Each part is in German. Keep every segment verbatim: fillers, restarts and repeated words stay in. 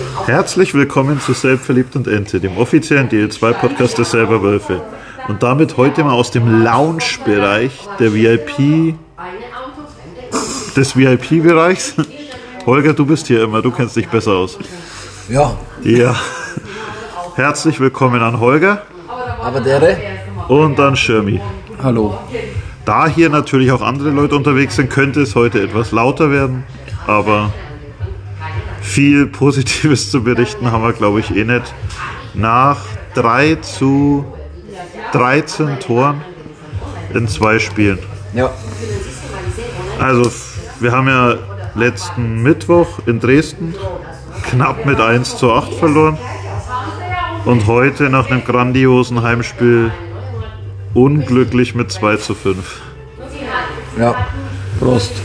Herzlich willkommen zu Selbstverliebt und Ente, dem offiziellen D L zwei Podcast der Selber Wölfe. Und damit heute mal aus dem Lounge-Bereich der V I P, des V I P-Bereichs. Holger, du bist hier immer, du kennst dich besser aus. Ja. Ja. Herzlich willkommen an Holger. Aber der? Und an Schirmi. Hallo. Da hier natürlich auch andere Leute unterwegs sind, könnte es heute etwas lauter werden, aber viel Positives zu berichten haben wir, glaube ich, eh nicht. Nach drei zu dreizehn Toren in zwei Spielen. Ja. Also, wir haben ja letzten Mittwoch in Dresden knapp mit eins zu acht verloren und heute nach einem grandiosen Heimspiel unglücklich mit zwei zu fünf. Ja, Prost.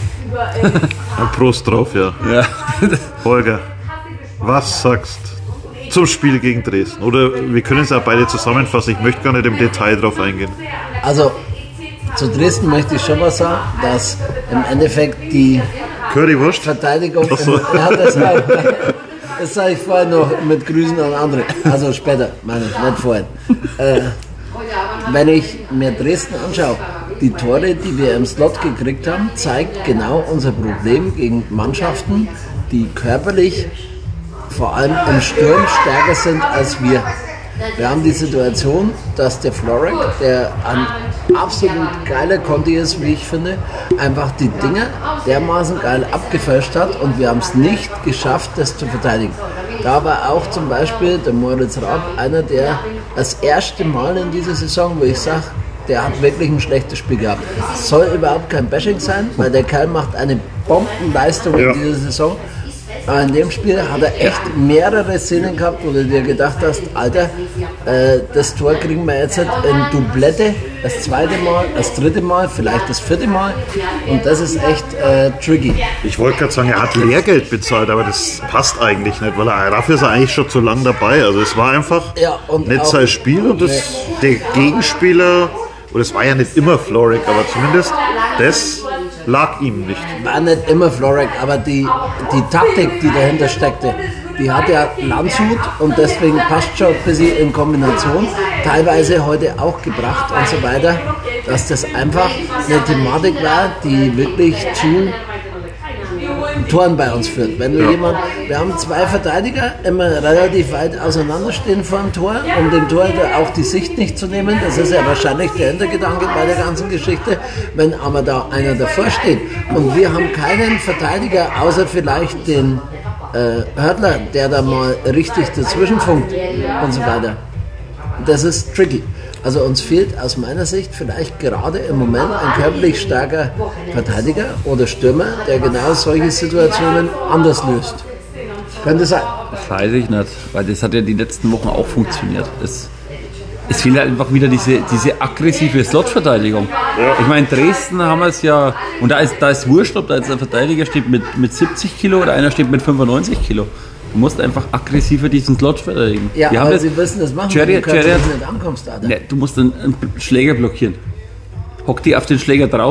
Prost drauf, ja. Ja. Holger, was sagst du zum Spiel gegen Dresden? Oder wir können es ja beide zusammenfassen, ich möchte gar nicht im Detail drauf eingehen. Also, zu Dresden möchte ich schon mal sagen, dass im Endeffekt die Currywurst? Verteidigung... Ach so. Ja, das auch. Das sage ich vorhin noch mit Grüßen an andere. Also später, meine ich, nicht vorhin. Äh, wenn ich mir Dresden anschaue, die Tore, die wir im Slot gekriegt haben, zeigt genau unser Problem gegen Mannschaften, die körperlich vor allem im Sturm stärker sind als wir. Wir haben die Situation, dass der Florek, der ein absolut geiler Conti ist, wie ich finde, einfach die Dinger dermaßen geil abgefälscht hat und wir haben es nicht geschafft, das zu verteidigen. Da war auch zum Beispiel der Moritz Raab einer, der das erste Mal in dieser Saison, wo ich sage, der hat wirklich ein schlechtes Spiel gehabt. Es soll überhaupt kein Bashing sein, weil der Kerl macht eine Bombenleistung ja. in dieser Saison. Aber in dem Spiel hat er echt mehrere Szenen gehabt, wo du dir gedacht hast, Alter, äh, das Tor kriegen wir jetzt in Doublette, das zweite Mal, das dritte Mal, vielleicht das vierte Mal. Und das ist echt äh, tricky. Ich wollte gerade sagen, er hat Lehrgeld bezahlt, aber das passt eigentlich nicht, weil er, dafür ist er eigentlich schon zu lang dabei. Also es war einfach Ja, und nicht auch- sein Spiel und das, der Gegenspieler, und es war ja nicht immer Florek, aber zumindest das lag ihm nicht. War nicht immer Florek, aber die, die Taktik, die dahinter steckte, die hat ja Landshut und deswegen passt schon ein bisschen in Kombination, teilweise heute auch gebracht und so weiter, dass das einfach eine Thematik war, die wirklich zu Toren bei uns führt. Wenn du Ja. jemand, wir haben zwei Verteidiger immer relativ weit auseinanderstehen vor dem Tor, um dem Tor auch die Sicht nicht zu nehmen. Das ist ja wahrscheinlich der Hintergedanke bei der ganzen Geschichte. Wenn aber da einer davor steht und wir haben keinen Verteidiger, außer vielleicht den äh, Hörtler, der da mal richtig dazwischen funkt und so weiter. Das ist tricky. Also uns fehlt aus meiner Sicht vielleicht gerade im Moment ein körperlich starker Verteidiger oder Stürmer, der genau solche Situationen anders löst. Könnte sein. Das weiß ich nicht, weil das hat ja die letzten Wochen auch funktioniert. Es, es fehlt halt einfach wieder diese, diese aggressive Slot-Verteidigung. Ja. Ich meine, in Dresden haben wir es ja, und da ist, da ist wurscht, ob da jetzt ein Verteidiger steht mit, mit siebzig Kilo oder einer steht mit fünfundneunzig Kilo. Du musst einfach aggressiver diesen Slot verteidigen. Ja, Wir haben aber das, sie wissen das machen, Jerry, wenn du Jerry, körperlich nicht ankommst, Alter. ne, du musst einen, einen Schläger blockieren. Hock die auf den Schläger drauf.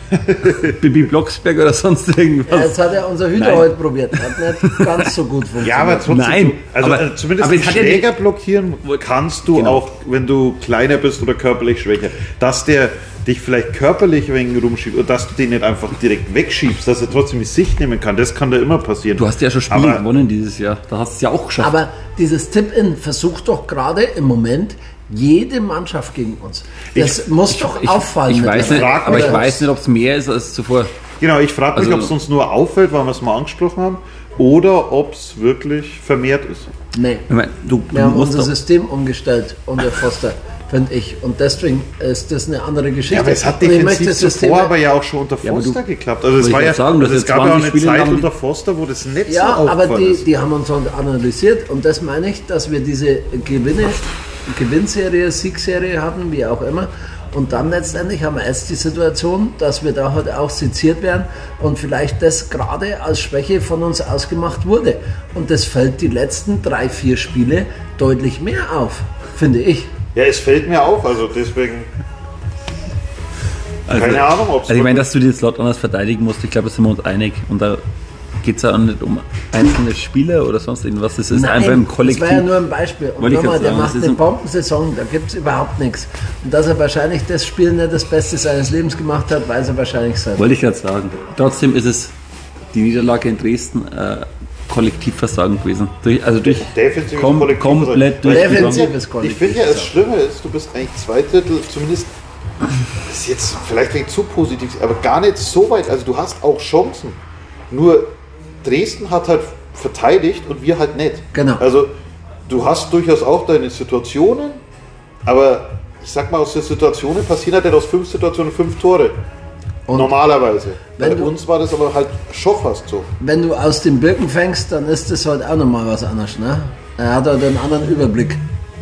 Bibi Blocksberg oder sonst irgendwas. Ja, jetzt hat ja unser Hüter Nein. heute probiert. Hat nicht ganz so gut funktioniert. Ja, aber trotzdem, Nein, du, also aber- äh, zumindest aber den es hat ja Schläger nicht- blockieren kannst du Genau. auch, wenn du kleiner bist oder körperlich schwächer. Dass der dich vielleicht körperlich ein wenig rumschiebt oder dass du den nicht einfach direkt wegschiebst, dass er trotzdem die Sicht nehmen kann, das kann da immer passieren. Du hast ja schon Spiele Aber- gewonnen dieses Jahr. Da hast du es ja auch geschafft. Aber dieses Tip-In versucht doch gerade im Moment jede Mannschaft gegen uns. Das Ich- muss doch auffallen. Ich weiß nicht, frag aber mich, ich ob's- weiß nicht, ob es mehr ist als zuvor. Genau, ich frage mich, Also- ob es uns nur auffällt, weil wir es mal angesprochen haben, oder ob es wirklich vermehrt ist. Nee. Ich meine, du, Wir du haben musst unser doch, System umgestellt unter Foster, finde ich. Und deswegen ist das eine andere Geschichte. Ja, aber es hat Und ich möchte defensiv das System- zuvor aber ja auch schon unter Ja, aber Foster du- geklappt. Also es wollte war ich ja, auch sagen, also dass es jetzt gab ja auch eine zwanzig Spiele Zeit lang- unter Foster, wo das nicht Ja, so aber auffallend die, ist. die haben uns halt analysiert und das meine ich, dass wir diese Gewinne, Gewinnserie, Siegserie hatten, wie auch immer. Und dann letztendlich haben wir jetzt die Situation, dass wir da halt auch seziert werden und vielleicht das gerade als Schwäche von uns ausgemacht wurde. Und das fällt die letzten drei, vier Spiele deutlich mehr auf, finde ich. Ja, es fällt mir auf, also deswegen. Also, Keine Ahnung, ob es. Also ich meine, dass du den Slot anders verteidigen musst, ich glaube, da sind wir uns einig. Und da geht es ja auch nicht um einzelne Spieler oder sonst irgendwas. Das ist Nein, einfach im Kollektiv. Das war ja nur ein Beispiel. Und Wollte ich nochmal, gerade der sagen, macht das ist eine ein- Bombensaison, da gibt es überhaupt nichts. Und dass er wahrscheinlich das Spiel nicht das Beste seines Lebens gemacht hat, weiß er wahrscheinlich selbst. Wollte ich gerade sagen. Trotzdem ist es die Niederlage in Dresden äh, Kollektivversagen gewesen. Durch, also durch Defensives kom Kollektivversagen. komplett Weil durchgegangen. Defensives Ich Kollektiv. finde ja, das Schlimme ist, du bist eigentlich zwei Drittel, zumindest, das ist jetzt vielleicht nicht zu positiv, aber gar nicht so weit. Also du hast auch Chancen. Nur Dresden hat halt verteidigt und wir halt nicht. Genau. Also du hast durchaus auch deine Situationen, aber ich sag mal, aus den Situationen passieren halt aus fünf Situationen fünf Tore. Und Normalerweise. wenn Bei du- uns war das aber halt schon fast so. Wenn du aus den Birken fängst, dann ist das halt auch nochmal was anderes. Ne? Er hat halt einen anderen Überblick.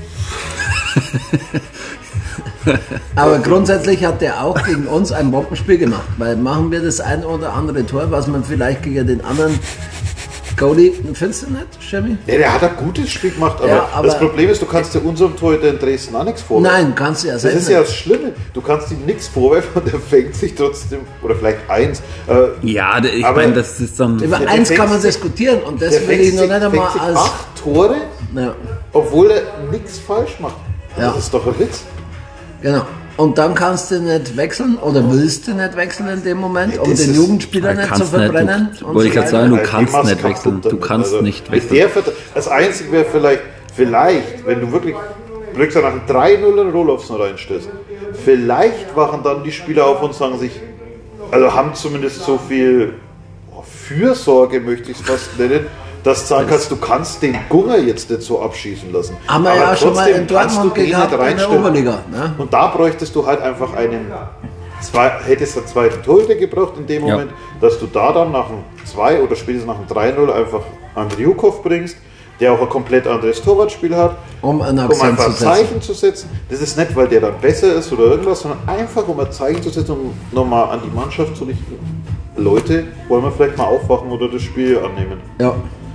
Aber grundsätzlich hat der auch gegen uns ein Bombenspiel gemacht, weil machen wir das ein oder andere Tor, was man vielleicht gegen den anderen Goalie, findest du nicht, Schemi? Ja, der hat ein gutes Spiel gemacht, aber, Ja, aber- das Problem ist, du kannst dir unserem Torhüter in Dresden auch nichts vorwerfen. Nein, kannst du ja Das selber ist ja nicht. das Schlimme. Du kannst ihm nichts vorwerfen und er fängt sich trotzdem, oder vielleicht eins. Äh, Ja, ich Aber- meine, das ist dann. Über der eins fängt kann man sich- diskutieren und das der will fängt ich noch sich, nicht einmal fängt sich als... acht Tore, Ja, obwohl er nichts falsch macht. Ja. Das ist doch ein Witz. genau. Und dann kannst du nicht wechseln oder willst du nicht wechseln in dem Moment, um das den ist- Jugendspieler Du nicht zu kannst nicht, verbrennen. du- und wollte ich so gerade weiter. sagen, du Weil kannst die machst nicht kaputt wechseln. Du damit. kannst Also nicht mit wechseln. der Vert- Das Einzige wäre vielleicht, vielleicht, wenn du wirklich Brüxer nach einem drei null in Rolofsen reinstößt, vielleicht wachen dann die Spieler auf und sagen sich, also haben zumindest so viel oh, Fürsorge, möchte ich es fast nennen, dass du sagen kannst, du kannst den Gunger jetzt nicht so abschießen lassen. Haben wir Aber ja auch schon mal trotzdem in kannst Dortmund du den gehabt nicht in der reinstellen. Oberliga. Ne? Und da bräuchtest du halt einfach einen, zwei, hättest du einen zweiten Torhüter gebraucht in dem Ja. Moment, dass du da dann nach dem zwei oder spätestens nach dem drei null einfach Andriukov bringst, der auch ein komplett anderes Torwartspiel hat, Um einen um Akzent einfach zu ein setzen. Zeichen zu setzen. Das ist nicht, weil der dann besser ist oder irgendwas, sondern einfach um ein Zeichen zu setzen, um nochmal an die Mannschaft zu richten. Leute, wollen wir vielleicht mal aufwachen oder das Spiel annehmen? Ja.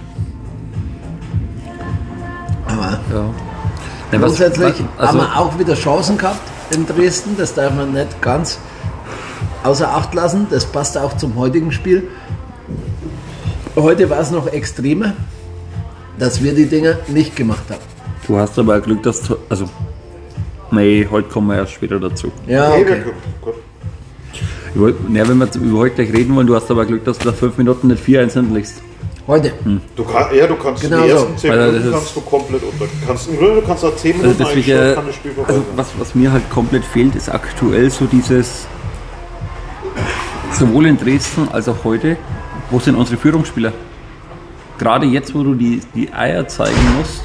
Aber Ja. Na, was- grundsätzlich was- haben also, wir auch wieder Chancen gehabt in Dresden. Das darf man nicht ganz außer Acht lassen. Das passt auch zum heutigen Spiel. Heute war es noch extremer, dass wir die Dinger nicht gemacht haben. du hast aber Glück, dass du. Also, nee, heute kommen wir erst später dazu. Ja, Okay, okay. wir- gut. Ich wollt- Ja, wenn wir jetzt über heute gleich reden wollen, du hast aber Glück, dass du nach fünf Minuten nicht vier eins hinten liegst. Heute. Du kann, ja, du kannst Genau die so. ersten zehn Weil Minuten das ist- kannst du komplett unter. Kannst, Im Grunde du kannst auch zehn Also Minuten deswegen, eigentlich äh, schon, kann das Spiel vorbei also sein. was, was mir halt komplett fehlt, ist aktuell so dieses, sowohl in Dresden als auch heute, wo sind unsere Führungsspieler? Gerade jetzt, wo du die, die Eier zeigen musst,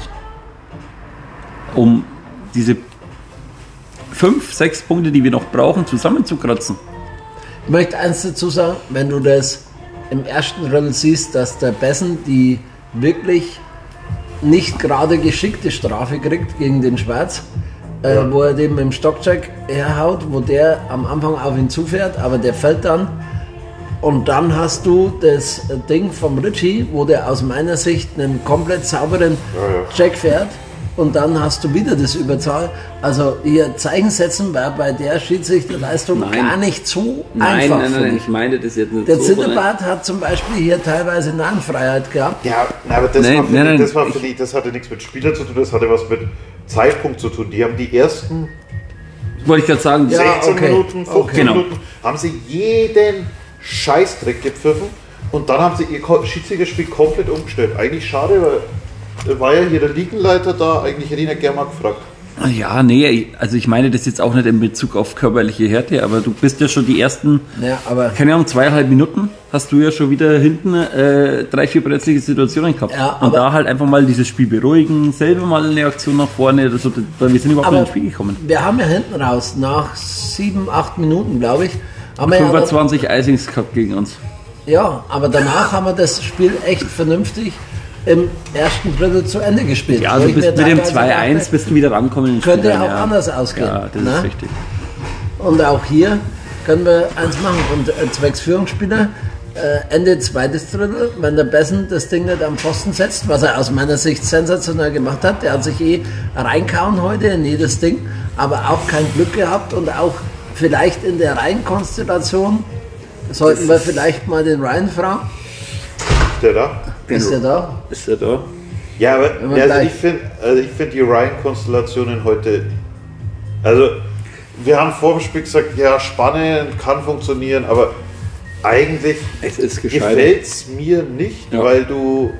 um diese fünf, sechs Punkte, die wir noch brauchen, zusammenzukratzen. Ich möchte eins dazu sagen, wenn du das im ersten Drittel siehst, dass der Bessen die wirklich nicht gerade geschickte Strafe kriegt gegen den Schwarz, äh, wo er den mit dem Stockcheck herhaut, wo der am Anfang auf ihn zufährt, aber der fällt dann. Und dann hast du das Ding vom Ritchie, wo der aus meiner Sicht einen komplett sauberen ja. Check fährt. Und dann hast du wieder das Überzahl. Also hier Zeichen setzen war bei der Schiedsrichterleistung Nein. gar nicht so einfach. finde ich. meine das jetzt nicht Der Zitterbart hat zum Beispiel hier teilweise Nahenfreiheit gehabt. Ja, na, aber das, Nein, war, für nein, die, nein, das, war für ich- die, das hatte nichts mit Spieler zu tun, das hatte was mit Zeitpunkt zu tun. Die haben die ersten Wollte ich gerade sagen, Ja, sechzehn okay. Minuten, fünfzehn Okay. Genau. Minuten, haben sie jeden Scheißdreck gepfiffen und dann haben sie ihr Ko- Schiedsrichterspiel komplett umgestellt. Eigentlich schade, weil äh, war ja hier der Ligenleiter da, eigentlich hätte ich ihn ja gerne mal gefragt. ja, nee, also ich meine das jetzt auch nicht in Bezug auf körperliche Härte, aber du bist ja schon die ersten, Ja, aber keine Ahnung, zweieinhalb Minuten hast du ja schon wieder hinten äh, drei, vier brenzlige Situationen gehabt. Ja, und aber- da halt einfach mal dieses Spiel beruhigen, selber mal eine Aktion nach vorne oder so, weil wir sind überhaupt Aber nicht ins Spiel gekommen. wir haben ja hinten raus, nach sieben, acht Minuten, glaube ich, haben wir ja, dann, fünfundzwanzig Icings gehabt gegen uns. ja, aber danach haben wir das Spiel echt vernünftig im ersten Drittel zu Ende gespielt. Ja, Wo also ich bist mir mit dem teilweise zwei eins dachte, bist du wieder rankommen ins Könnte Spiel auch rein, ja. anders ausgehen, Ja, das ne? ist richtig. Und auch hier können wir eins machen. Und äh, zwecks Führungsspieler, äh, Ende zweites Drittel, wenn der Bessen das Ding nicht am Pfosten setzt, was er aus meiner Sicht sensationell gemacht hat, der hat sich eh reinkauen heute in jedes Ding, aber auch kein Glück gehabt und auch vielleicht in der Reihenkonstellation sollten wir vielleicht mal den Ryan fragen. der da? Ist der da? Ist er da? Ja, aber Wenn man also gleich- ich finde also ich find die Ryan-Konstellationen heute. Also, wir haben vor dem Spiel gesagt, ja, spannend, kann funktionieren, aber eigentlich Es ist gescheitert. gefällt es mir nicht, Ja. weil du.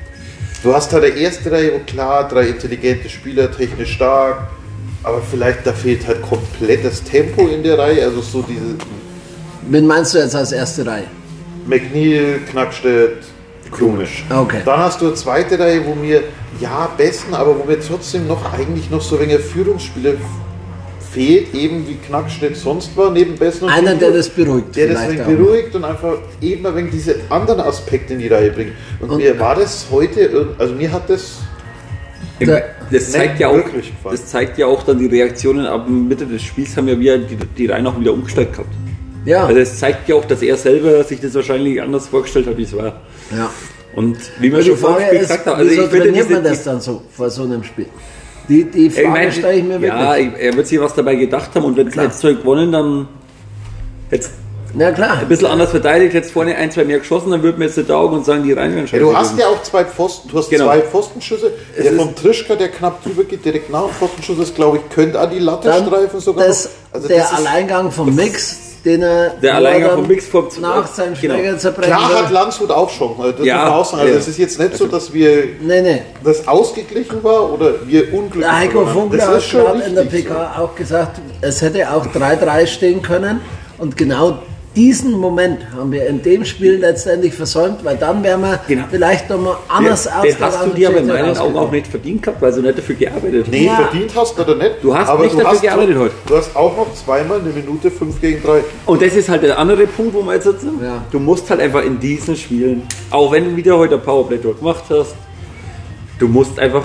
Du hast da der erste Reihe, wo klar, drei intelligente Spieler, technisch stark, aber vielleicht da fehlt halt komplett das Tempo in der Reihe, also so diese Wen meinst du jetzt als erste Reihe? McNeil, Knackstedt, Klumisch. Okay. Dann hast du eine zweite Reihe, wo mir, ja, besten, aber wo mir trotzdem noch eigentlich noch so ein wenig Führungsspieler fehlt, eben wie Knackstedt sonst war, neben Besten und Einer, der Pico, das beruhigt. der das vielleicht ein auch. wenig beruhigt und einfach eben ein wenig diese anderen Aspekte in die Reihe bringt. Und, Und- mir war das heute, irg- also mir hat das Der- Das zeigt, nicht ja auch, wirklich gefallen. das zeigt ja auch dann die Reaktionen ab Mitte des Spiels, haben ja wir die, die Reihen auch wieder umgestellt gehabt. Ja, Also es zeigt ja auch, dass er selber sich das wahrscheinlich anders vorgestellt hat, wie es war. ja. Und wie man Die schon vor dem Frage Spiel ist, gesagt hat, also wieso ich finde trainiert diese, man das dann so vor so einem Spiel? Die, die ich Frage meine, stelle ich mir wirklich. ja, er wird sich was dabei gedacht haben und wenn sie Klar. jetzt so gewonnen, dann jetzt Na klar. ein bisschen anders verteidigt, jetzt vorne ein, zwei mehr geschossen, dann würden wir jetzt nicht taugen und sagen, die Reihen werden Ja, scheiße du hast gewesen. ja auch zwei Pfosten, du hast Genau. zwei Pfostenschüsse. Es Der ist- vom Trischka, der knapp drüber geht, direkt nach dem Pfostenschuss ist, glaube ich, könnte an die Latte Dann streifen sogar. das, noch. Also der das ist, Alleingang vom Mix, den er Der Alleingang wo er vom dann Mix vom- nach seinem genau. Schläger zerbrechen klar hat will. Landshut auch schon. Also das Ja, muss man auch sagen. Also ja. es ist jetzt nicht so, dass wir Nee, nee. das ausgeglichen war oder wir unglücklich Der Heiko waren. Funkel Das hat ist schon gerade in der P richtig K auch gesagt, es hätte auch drei drei stehen können. Und genau diesen Moment haben wir in dem Spiel letztendlich versäumt, weil dann wären wir Genau. vielleicht nochmal anders Den, den hast du dir aber in meinen Augen rausgekommen. auch nicht verdient gehabt, weil du nicht dafür gearbeitet hast. Nee, Ja. verdient hast du oder nicht. Du hast aber nicht du dafür hast gearbeitet so- heute. Du hast auch noch zweimal eine Minute fünf gegen drei. Und das ist halt der andere Punkt, wo wir jetzt sitzen. Ja. Du musst halt einfach in diesen Spielen, auch wenn du wieder heute ein Powerplay-Tor gemacht hast, du musst einfach.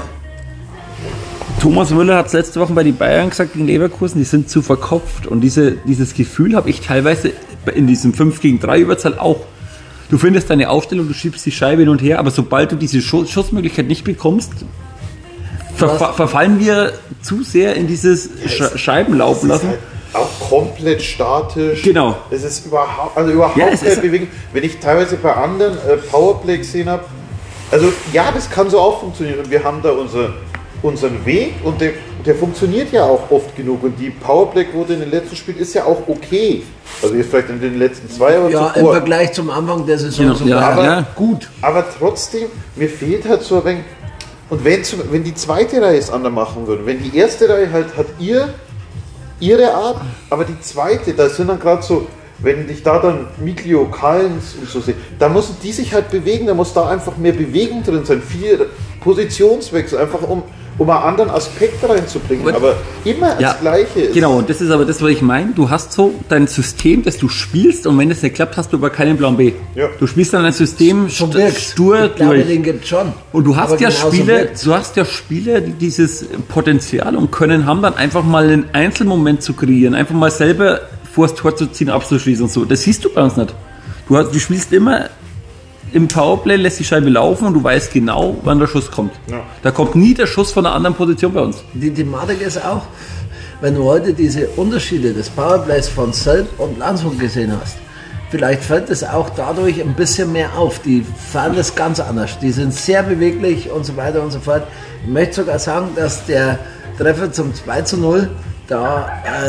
Thomas Müller hat es letzte Woche bei den Bayern gesagt gegen Leverkusen, die sind zu verkopft. Und diese, dieses Gefühl habe ich teilweise in diesem fünf gegen drei Überzahl auch. Du findest deine Aufstellung, du schiebst die Scheibe hin und her, aber sobald du diese Schuss, Schussmöglichkeit nicht bekommst, verfa verfallen wir zu sehr in dieses Sch Scheiben laufen Das ist lassen. halt auch komplett statisch. Genau. Es ist überhaupt, also überhaupt Ja, es keine ist- Bewegung. Wenn ich teilweise bei anderen äh, Powerplay gesehen habe, also ja, das kann so auch funktionieren. Und wir haben da unser, unseren Weg und der, der funktioniert ja auch oft genug. Und die Powerplay-Quote in den letzten Spielen ist ja auch okay. Also jetzt vielleicht in den letzten zwei, aber Ja, im zuvor. Vergleich zum Anfang der Saison Genau, sogar ja, aber ja. gut. Aber trotzdem, mir fehlt halt so ein wenig. Und wenn, zum, wenn die zweite Reihe es anders machen würde, wenn die erste Reihe halt hat ihr, ihre Art, aber die zweite, da sind dann gerade so, wenn ich da dann Miglio, Kallens und so sehe, da müssen die sich halt bewegen, da muss da einfach mehr Bewegung drin sein, viel Positionswechsel, einfach um, um einen anderen Aspekt reinzubringen, Und- aber immer Ja, das Gleiche ist. Genau, und das ist aber das, was ich meine. Du hast so dein System, das du spielst und wenn es nicht klappt, hast du aber keinen Plan B. Ja. Du spielst dann ein System So st wirkt. stur Ich glaube, durch. den gibt schon. Und du hast Aber ja genauso Spiele, wirkt's. du hast ja Spieler, die dieses Potenzial und können haben, dann einfach mal einen Einzelmoment zu kreieren, einfach mal selber vors Tor zu ziehen, abzuschließen und so. Das siehst du bei uns nicht. Du, hast, du spielst immer im Powerplay, lässt die Scheibe laufen und du weißt genau, wann der Schuss kommt. Ja. Da kommt nie der Schuss von einer anderen Position bei uns. Die Thematik ist auch, wenn du heute diese Unterschiede des Powerplays von Selb und Landshut gesehen hast, vielleicht fällt es auch dadurch ein bisschen mehr auf. Die fahren das ganz anders. Die sind sehr beweglich und so weiter und so fort. Ich möchte sogar sagen, dass der Treffer zum zwei zu null, da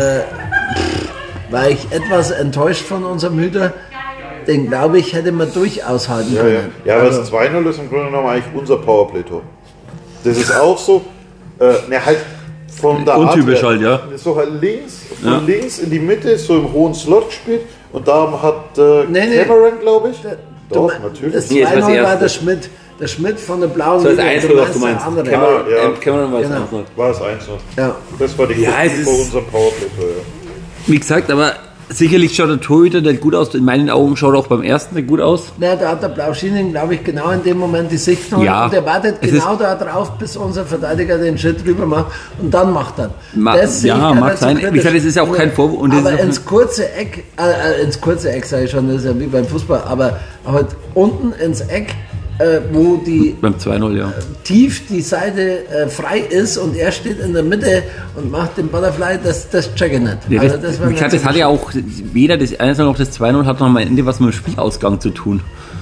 äh, war ich etwas enttäuscht von unserem Hüter. Den, glaube ich, hätte man durchaus halten Ja, können. ja. ja aber Also- das zwei null ist im Grunde genommen eigentlich unser Powerplay-Tor. Das ist auch so, äh, ne, halt von der Untypisch Art her, halt, ja. So halt links, von Ja. links in die Mitte, so im hohen Slot gespielt und da hat äh, Nee, nee. Cameron, glaube ich, Du doch, mein- natürlich. Das Nee, es war das zwei null war erste. der Schmidt. Der Schmidt von der blauen So als Linie, Einzel, was du der meinst. andere. Cameron, Ja, ja. äh, Cameron war es Genau. eins null. War es eins null. Ja. Das war die Ja, Quote es vor ist- unserem Powerplay-Tor, ja. Wie gesagt, aber sicherlich schaut der Torhüter nicht gut aus. In meinen Augen schaut er auch beim ersten nicht gut aus. Na, da hat der Blauschienen, glaube ich, genau in dem Moment die Sicht noch Ja, und der wartet es genau da drauf, bis unser Verteidiger den Schritt rüber macht und dann macht er. Ma- Das sehe ja, ich mag nicht so sein. Wie kritisch. gesagt, es ist ja auch kein Vorwurf und das aber ist auch ins kurze Eck, äh, äh, ins kurze Eck sage ich schon, das ist ja wie beim Fußball, aber, aber unten ins Eck, äh, wo die Beim zwei null, ja. tief die Seite äh, frei ist und er steht in der Mitte und macht den Butterfly, das, das check ich nicht. Ja, Also das, war wie gesagt, nicht das hat so ja auch weder das eins noch das zwei null hat noch am Ende was mit dem Spielausgang zu tun.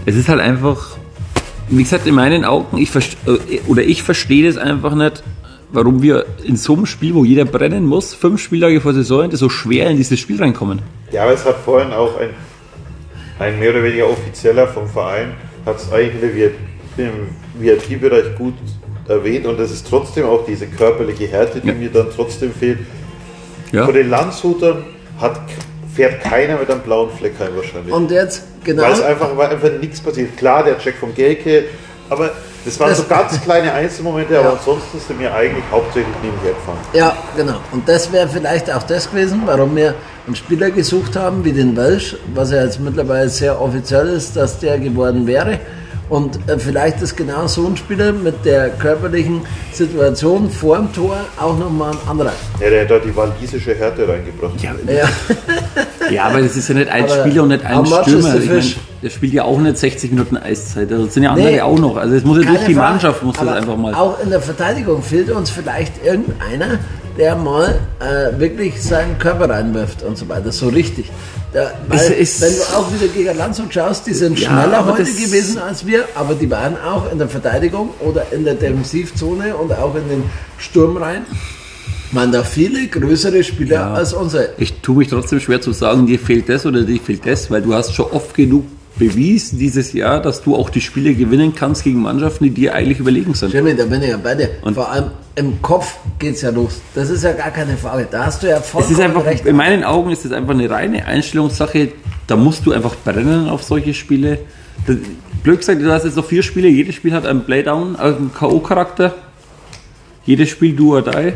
es ist halt einfach, wie gesagt, in meinen Augen, ich verste- oder ich verstehe das einfach nicht, warum wir in so einem Spiel, wo jeder brennen muss, fünf Spieltage vor Saison, das so schwer in dieses Spiel reinkommen. Ja, aber es hat vorhin auch ein, ein mehr oder weniger offizieller vom Verein, hat es eigentlich im V I P-Bereich gut erwähnt und es ist trotzdem auch diese körperliche Härte, die Ja. mir dann trotzdem fehlt. Ja. Von den Landshutern hat, fährt keiner mit einem blauen Fleck heim wahrscheinlich. Und jetzt, genau. Weil es einfach, weil einfach nichts passiert. Klar, der Check vom Gelke, aber das waren Das- so ganz kleine Einzelmomente, Ja. aber ansonsten sind wir eigentlich hauptsächlich nebenher gefahren. Ja, genau. Und das wäre vielleicht auch das gewesen, warum wir einen Spieler gesucht haben, wie den Welsh, was ja jetzt mittlerweile sehr offiziell ist, dass der geworden wäre. Und äh, vielleicht ist genau so ein Spieler mit der körperlichen Situation vor dem Tor auch nochmal ein anderer. Ja, der hat da die walisische Härte reingebracht. Ja, Ja, ja, aber das ist ja nicht ein Aber Spieler und nicht ein how much is Stürmer. the Ich mein, fish? der spielt ja auch nicht sechzig Minuten Eiszeit. Da sind ja andere Nee. auch noch. Also es muss ja durch keine die Frage. Mannschaft, muss das Aber einfach mal. Auch in der Verteidigung fehlt uns vielleicht irgendeiner, der mal äh, wirklich seinen Körper reinwirft und so weiter, so richtig. Da, weil, Es ist- wenn du auch wieder gegen Landshut schaust, die sind Ja, schneller aber heute das- gewesen als wir, aber die waren auch in der Verteidigung oder in der Defensivzone und auch in den Sturmreihen. Man da viele größere Spieler Ja. als unsere. Ich tue mich trotzdem schwer zu sagen, dir fehlt das oder dir fehlt das, weil du hast schon oft genug bewiesen dieses Jahr, dass du auch die Spiele gewinnen kannst gegen Mannschaften, die dir eigentlich überlegen sind. Jimmy, da bin ich ja bei dir. Und- Vor allem im Kopf geht's ja los. Das ist ja gar keine Frage. Da hast du ja Es vollkommen ist einfach, recht. in meinen Augen ist es einfach eine reine Einstellungssache. Da musst du einfach brennen auf solche Spiele. Das, blöd gesagt, du hast jetzt noch vier Spiele. Jedes Spiel hat einen Playdown, einen K O-Charakter. Jedes Spiel do or die.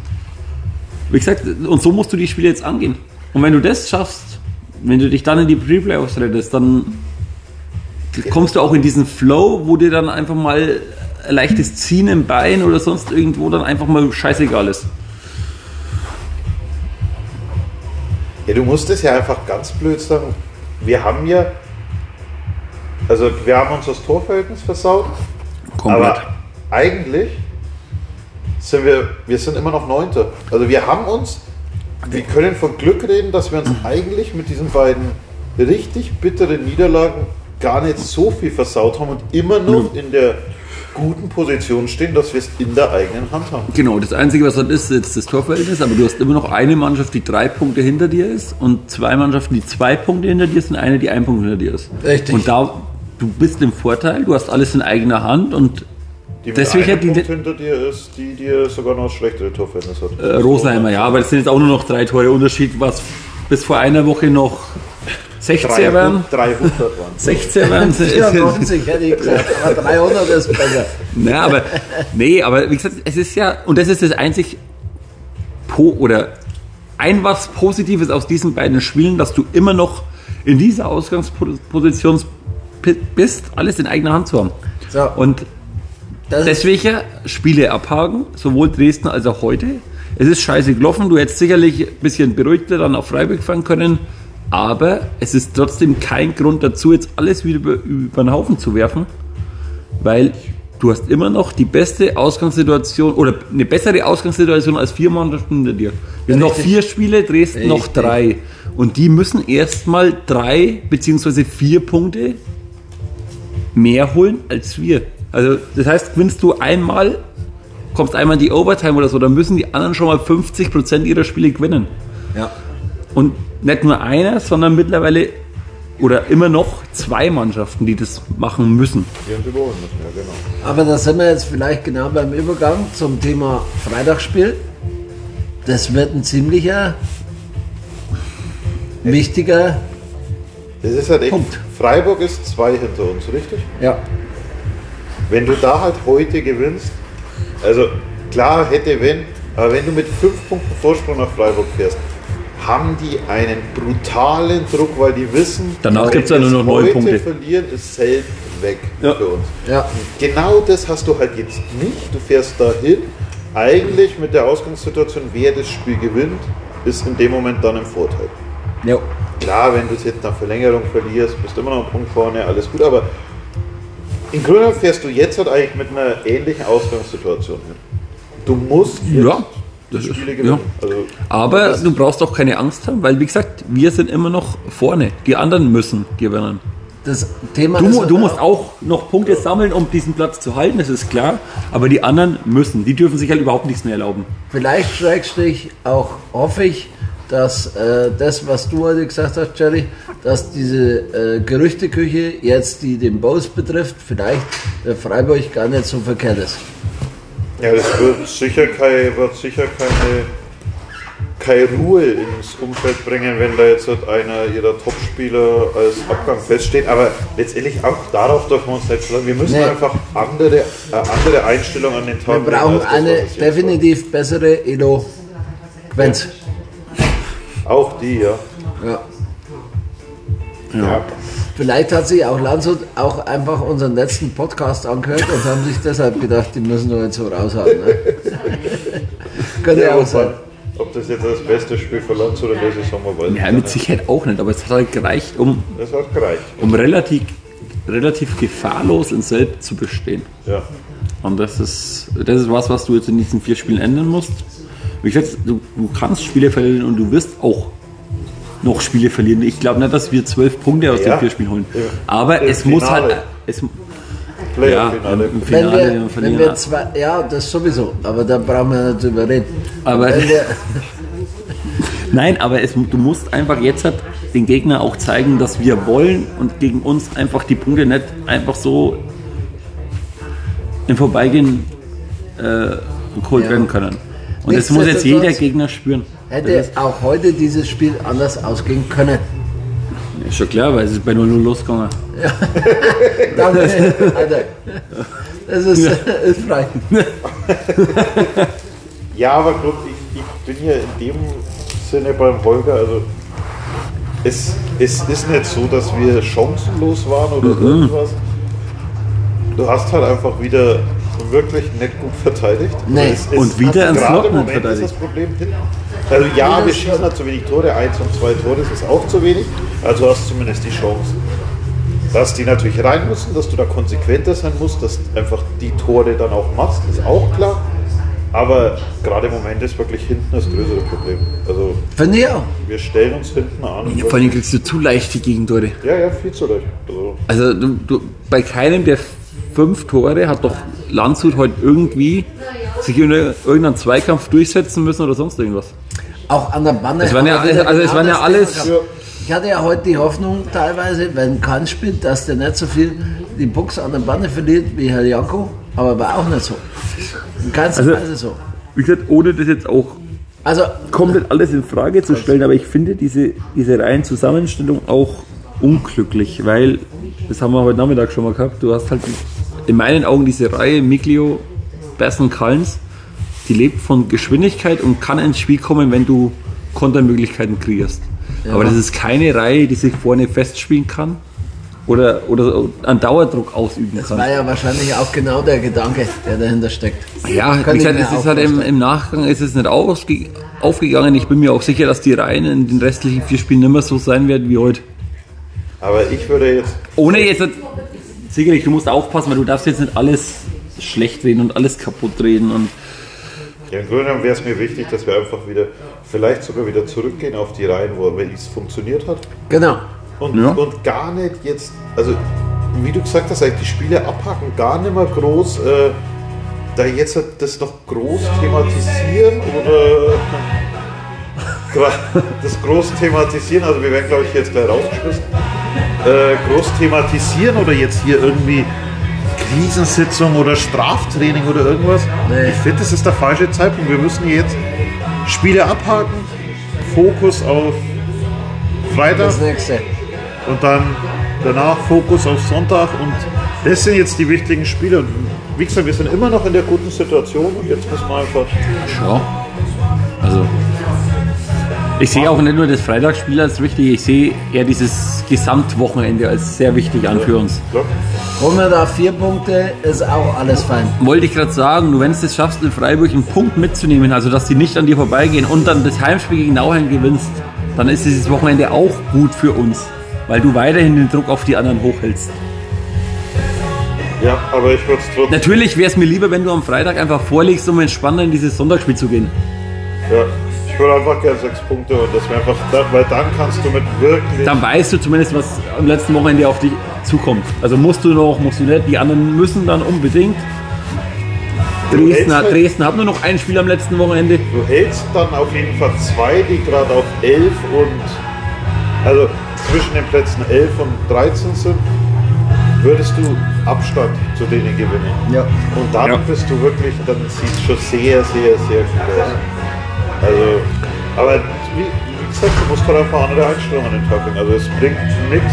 Wie gesagt, und so musst du die Spiele jetzt angehen. Und wenn du das schaffst, wenn du dich dann in die Pre-Playoffs rettest, dann kommst du auch in diesen Flow, wo dir dann einfach mal ein leichtes Ziehen im Bein oder sonst irgendwo dann einfach mal scheißegal ist. Ja, du musst es ja einfach ganz blöd sagen. Wir haben ja, also wir haben uns das Torverhältnis versaut, Komplett. aber eigentlich sind wir, wir sind immer noch Neunter. Also wir haben uns, wir können von Glück reden, dass wir uns eigentlich mit diesen beiden richtig bitteren Niederlagen gar nicht so viel versaut haben und immer noch in der guten Position stehen, dass wir es in der eigenen Hand haben. Genau, das Einzige, was halt ist, ist das Torverhältnis, aber du hast immer noch eine Mannschaft, die drei Punkte hinter dir ist und zwei Mannschaften, die zwei Punkte hinter dir sind, eine, die ein Punkt hinter dir ist. Richtig. Und da, du bist im Vorteil, du hast alles in eigener Hand und Die mit deswegen einem hat die- Punkt hinter dir ist, die dir sogar noch das schlechtere Torverhältnis hat. äh, Rosenheimer, ja, aber das sind jetzt auch nur noch drei Tore Unterschied, was bis vor einer Woche noch sechzehn waren. dreihundert waren. sechzehn waren. vierundneunzig hätte ich gesagt, aber dreihundert ist besser. Ja, aber nee, aber wie gesagt, es ist ja, und das ist das einzig po oder ein was Positives aus diesen beiden Spielen, dass du immer noch in dieser Ausgangsposition bist, alles in eigener Hand zu haben. So. Und Das ist, deswegen Spiele abhaken, sowohl Dresden als auch heute. Es ist scheiße gelaufen, du hättest sicherlich ein bisschen beruhigter dann auf Freiburg fahren können, aber es ist trotzdem kein Grund dazu, jetzt alles wieder über, über den Haufen zu werfen, weil du hast immer noch die beste Ausgangssituation oder eine bessere Ausgangssituation als vier Mannschaften hinter dir. Wir haben noch Richtig. vier Spiele, Dresden noch Richtig. drei. Und die müssen erstmal drei beziehungsweise vier Punkte mehr holen als wir. Also das heißt, gewinnst du einmal, kommst einmal in die Overtime oder so, dann müssen die anderen schon mal fünfzig Prozent ihrer Spiele gewinnen. ja. Und nicht nur einer, sondern mittlerweile oder immer noch zwei Mannschaften, die das machen müssen. Die uns überholen müssen, ja genau. Aber da sind wir jetzt vielleicht genau beim Übergang zum Thema Freitagsspiel. Das wird ein ziemlicher wichtiger. Das ist halt echt, Punkt. Freiburg ist zwei hinter uns, richtig? Ja. Wenn du da halt heute gewinnst, also klar hätte wenn, aber wenn du mit fünf Punkten Vorsprung nach Freiburg fährst, haben die einen brutalen Druck, weil die wissen, Danach wenn gibt's ja wir nur noch neun heute Punkte. verlieren, ist safe weg Ja. für uns. Ja. Genau das hast du halt jetzt nicht. Du fährst dahin. Eigentlich mit der Ausgangssituation, wer das Spiel gewinnt, ist in dem Moment dann im Vorteil. Ja. Klar, wenn du es jetzt nach Verlängerung verlierst, bist du immer noch einen Punkt vorne, alles gut, aber im Grunde genommen fährst du jetzt halt eigentlich mit einer ähnlichen Ausgangssituation hin. Du musst jetzt Ja, das die ist, Spiele ja. gewinnen. Also, Aber das- du brauchst auch keine Angst haben, weil wie gesagt, wir sind immer noch vorne. Die anderen müssen gewinnen. das Thema Du, ist... du musst auch noch Punkte sammeln, um diesen Platz zu halten, das ist klar. Aber die anderen müssen. Die dürfen sich halt überhaupt nichts mehr erlauben. Vielleicht schrägstrich auch hoffe ich, dass äh, das, was du heute gesagt hast, Jerry, dass diese äh, Gerüchteküche jetzt, die den Bows betrifft, vielleicht der Freiburg gar nicht so verkehrt ist. Ja, das wird sicher, kein, wird sicher keine, keine Ruhe ins Umfeld bringen, wenn da jetzt halt einer ihrer Topspieler als Abgang feststeht. Aber letztendlich auch darauf dürfen wir uns nicht schlagen. Wir müssen nee. einfach andere, äh, andere Einstellung an den Tag Wir brauchen das, eine definitiv bessere Eloquenz. Ja. Auch die, ja. Ja. Ja. ja. Vielleicht hat sich auch Landshut auch einfach unseren letzten Podcast angehört und haben sich deshalb gedacht, die müssen wir jetzt so raushauen. Ne? Könnte ja auch sein. Ob das jetzt das beste Spiel für Landshut in der Saison war, weiß ich Ja, mit Sicherheit auch nicht, aber es hat halt gereicht, um, das hat gereicht. um relativ, relativ gefahrlos in Selb zu bestehen. Ja. Und das ist, das ist was, was du jetzt in diesen vier Spielen ändern musst. Wie gesagt, du, du kannst Spiele verlieren und du wirst auch noch Spiele verlieren. Ich glaube nicht, dass wir zwölf Punkte aus ja. den vier Spielen holen. Ja. Aber Im es Finale. muss halt... Es, ja, Finale. im Wenn Finale, wir, wir wenn wir zwei, ja, das sowieso, aber da brauchen wir nicht drüber reden. Aber wenn wir, nein, aber es, du musst einfach jetzt halt den Gegner auch zeigen, dass wir wollen und gegen uns einfach die Punkte nicht einfach so im Vorbeigehen äh, geholt Ja. werden können. Und das muss jetzt jeder Gegner spüren. hätte auch heute dieses Spiel anders ausgehen können. Ist schon klar, weil es ist bei null null losgegangen. Danke, Alter. Das ist, Ja. ist frei. Ja, aber gut, ich, ich bin hier in dem Sinne beim Holger, also es, es ist nicht so, dass wir chancenlos waren oder Mhm. irgendwas. Du hast halt einfach wieder wirklich nicht gut verteidigt. Nee. Es, es, Und wieder ins gerade Loch im nicht Moment ist verteidigt. das Problem hinten. Also ja, wir schießen halt zu wenig Tore, eins und zwei Tore, das ist auch zu wenig. Also hast du zumindest die Chance. Dass die natürlich rein müssen, dass du da konsequenter sein musst, dass einfach die Tore dann auch machst, ist auch klar. Aber gerade im Moment ist wirklich hinten das größere Problem. Also Finde ich auch. wir stellen uns hinten an. Ja, vor allem kriegst du zu leicht die Gegentore. Ja, ja, viel zu leicht. Also, Also du, du, bei keinem der fünf Tore hat doch Landshut heute irgendwie sich in irgendeinen Zweikampf durchsetzen müssen oder sonst irgendwas. Auch an der Bande. Es waren ja, aber wieder also es genau waren ja das alles... Thema gehabt. Ich hatte ja heute die Hoffnung teilweise, wenn Kahn spielt, dass der nicht so viel die Buchs an der Bande verliert wie Herr Janko, aber war auch nicht so. In keinster Also- Weise so. Wie gesagt, ohne das jetzt auch Also, komplett alles in Frage zu stellen, aber ich finde diese, diese Reihenzusammenstellung auch unglücklich, weil, das haben wir heute Nachmittag schon mal gehabt, du hast halt in meinen Augen diese Reihe Miglio, Bessen, Kallens, die lebt von Geschwindigkeit und kann ins Spiel kommen, wenn du Kontermöglichkeiten kreierst. Ja. Aber das ist keine Reihe, die sich vorne festspielen kann oder, oder einen Dauerdruck ausüben das kann. war ja wahrscheinlich auch genau der Gedanke, der dahinter steckt. Ja, Kann wie ich gesagt, mir es auch ist halt im, vorstellen. im Nachgang ist es nicht ausge, aufgegangen. Ich bin mir auch sicher, dass die Reihen in den restlichen vier Spielen nicht mehr so sein werden wie heute. aber ich würde jetzt. Ohne jetzt, sicherlich, du musst aufpassen, weil du darfst jetzt nicht alles schlecht reden und alles kaputt reden. Und Ja, im Grunde genommen wäre es mir wichtig, dass wir einfach wieder, vielleicht sogar wieder zurückgehen auf die Reihen, wo es funktioniert hat. Genau. Und, Ja. und gar nicht jetzt, also wie du gesagt hast, eigentlich die Spiele abhaken, gar nicht mehr groß, äh, da jetzt das noch groß thematisieren oder das groß thematisieren, also wir werden glaube ich jetzt gleich rausgeschmissen, äh, groß thematisieren oder jetzt hier irgendwie Krisensitzung oder Straftraining oder irgendwas. Nee. Ich finde, das ist der falsche Zeitpunkt. Wir müssen jetzt Spiele abhaken, Fokus auf Freitag Das nächste. und dann danach Fokus auf Sonntag und das sind jetzt die wichtigen Spiele. Und wie gesagt, wir sind immer noch in der guten Situation und jetzt müssen wir einfach. schau. Also, ich sehe auch nicht nur das Freitagsspiel als wichtig, ich sehe eher dieses Gesamtwochenende als sehr wichtig an für uns. Klar. Holen wir da vier Punkte, ist auch alles fein. Wollte ich gerade sagen, du, wenn du es schaffst, in Freiburg einen Punkt mitzunehmen, also dass die nicht an dir vorbeigehen und dann das Heimspiel gegen Nauheim gewinnst, dann ist dieses Wochenende auch gut für uns, weil du weiterhin den Druck auf die anderen hochhältst. Ja, aber ich würde es trotzdem. Natürlich wäre es mir lieber, wenn du am Freitag einfach vorlegst, um entspannter in dieses Sonntagsspiel zu gehen. Ja. Ich würde einfach gerne sechs Punkte und das wäre einfach, weil dann kannst du mit wirklich. Dann weißt du zumindest, was am letzten Wochenende auf dich zukommt. Also musst du noch, musst du nicht, die anderen müssen dann unbedingt. Dresden hat, Dresden hat nur noch ein Spiel am letzten Wochenende. Du hältst dann auf jeden Fall zwei, die gerade auf elf und also zwischen den Plätzen elf und dreizehn sind, würdest du Abstand zu denen gewinnen. Ja. Und dann Ja. bist du wirklich, dann sieht es schon sehr, sehr, sehr gut aus. Also, aber wie, wie gesagt, du musst halt einfach andere Einstellungen an den Tag legen. Also es bringt nichts.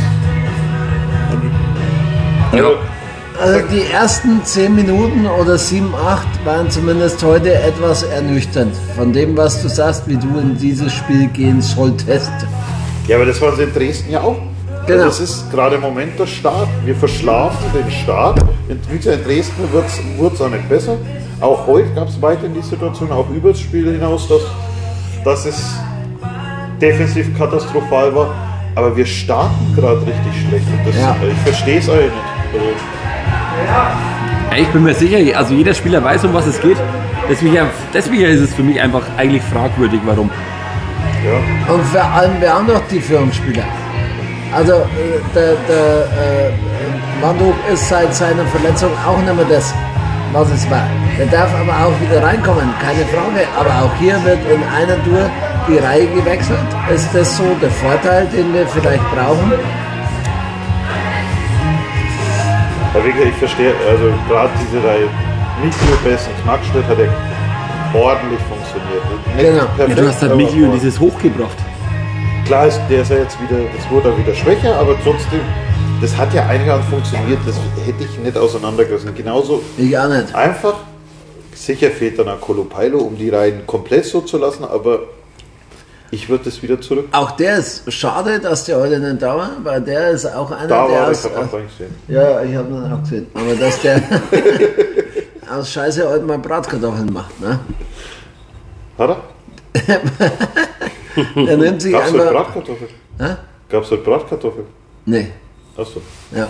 Ja. Also die ersten zehn Minuten oder sieben, acht waren zumindest heute etwas ernüchternd. Von dem, was du sagst, wie du in dieses Spiel gehen solltest. Ja, aber das waren sie in Dresden ja auch. Genau. Also das ist gerade im Moment der Start. Wir verschlafen den Start. In, wie gesagt, in Dresden wurde es auch nicht besser. Auch heute gab es weiterhin die Situation, auch über das Spiel hinaus, dass, dass es defensiv katastrophal war. Aber wir starten gerade richtig schlecht. Und das, Ja. Ich verstehe es eigentlich nicht. Also, Ja, ich bin mir sicher, also jeder Spieler weiß, um was es geht. Deswegen, deswegen ist es für mich einfach eigentlich fragwürdig, warum. ja. Und vor allem, wir haben doch die Führungsspieler. Also äh, der, der äh, Wandhoch ist seit seiner Verletzung auch nicht mehr das, was es war. Der darf aber auch wieder reinkommen, keine Frage. Aber auch hier wird in einer Tour die Reihe gewechselt. Ist das so der Vorteil, den wir vielleicht brauchen? Aber wie gesagt, ich verstehe, also gerade diese Reihe, Mikio Bessen, Knackschnitt hat ja ordentlich funktioniert. Nicht Genau. perfekt, Ja, du hast halt aber Michi und ordentlich. dieses hochgebracht. Klar ist, der ist ja jetzt wieder, das wurde auch wieder schwächer, aber trotzdem, das hat ja einigermaßen funktioniert, das hätte ich nicht auseinandergerissen. Genauso Ich auch nicht. einfach, sicher fehlt dann ein Kolopailo, um die Reihen komplett so zu lassen, aber ich würde das wieder zurück. Auch der ist schade, dass der heute nicht da war, weil der ist auch einer, Da der war ich, aus, hab auch gesehen. ja, ich habe ihn auch gesehen. Aber dass der aus Scheiße heute mal Bratkartoffeln macht, ne? Hat er? Er nimmt sich Gab's heute einfach. Bratkartoffeln? Hä? Gab's heute Bratkartoffeln? Nee, Achso. ja.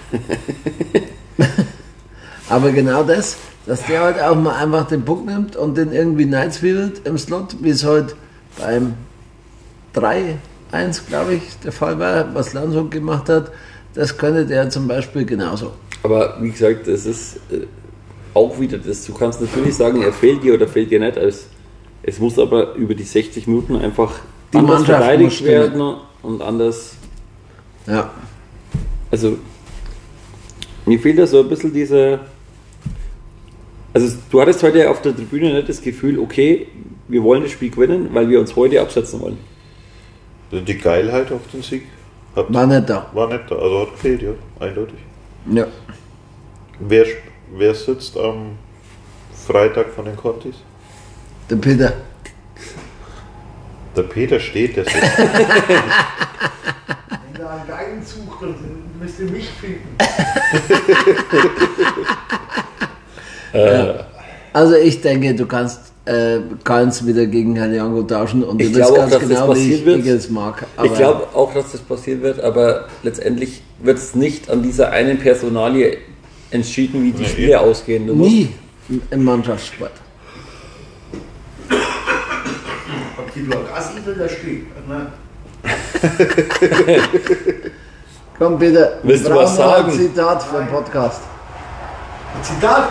Aber genau das, dass der halt auch mal einfach den Puck nimmt und den irgendwie neitzwiebelt im Slot, wie es heute beim drei eins, glaube ich, der Fall war, was Landshut gemacht hat, das könnte der zum Beispiel genauso. Aber wie gesagt, es ist äh, auch wieder das. Du kannst natürlich sagen, er fehlt dir oder fehlt dir nicht. Es, es muss aber über die sechzig Minuten einfach Die anders Mannschaft muss verteidigt stimmen. werden und anders. Ja. Also, mir fehlt da so ein bisschen diese. Also, du hattest heute auf der Tribüne nicht das Gefühl, okay, wir wollen das Spiel gewinnen, weil wir uns heute absetzen wollen. Die Geilheit auf den Sieg hat, War nicht da. war nicht da, also hat gefehlt, ja, eindeutig. Ja. Wer, wer sitzt am Freitag von den Contis? Der Peter. Der Peter steht, der sitzt. Wenn ihr einen geilen sucht, dann müsst ihr mich finden. Also ich denke, du kannst äh, kannst wieder gegen Herrn Jango tauschen und Ich du weißt glaube auch, ganz dass das genau, wie passieren ich wird. ich es mag. Aber Ich glaube auch, dass das passieren wird, aber letztendlich wird es nicht an dieser einen Personalie entschieden, wie die Nee, Spiele ausgehen. Du musst- nie im Mannschaftssport. Ob die nur Gassi will, da steht. Ne? Komm bitte, wir Willst du was brauchen noch sagen? ein Zitat für den Podcast. Zitat.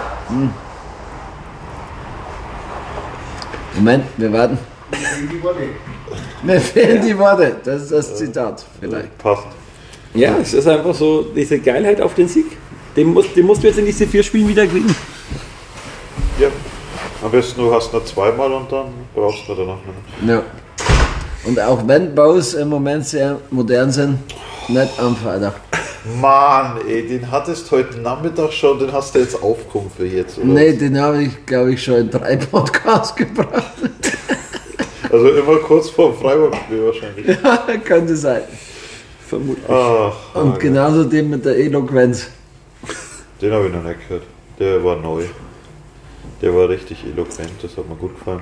Moment, wir warten. In die Worte. Mir fehlen die Worte. Das ist das Zitat vielleicht. Passt. Ja, es ist einfach so diese Geilheit auf den Sieg. Den musst, den musst du jetzt in diese vier Spielen wieder kriegen. Ja. Am besten du hast noch zweimal und dann brauchst du danach nicht mehr. Ja. Und auch wenn Baus im Moment sehr modern sind, nicht am Freitag. Mann, ey, den hattest heute Nachmittag schon, den hast du jetzt aufgekommen für jetzt, oder? Nee, den habe ich, glaube ich, schon in drei Podcasts gebracht. Also immer kurz vor dem Freiburg-Spiel wahrscheinlich. Könnte sein. Vermutlich. Ach, Und genauso den mit der Eloquenz. den habe ich noch nicht gehört. Der war neu. Der war richtig eloquent, das hat mir gut gefallen.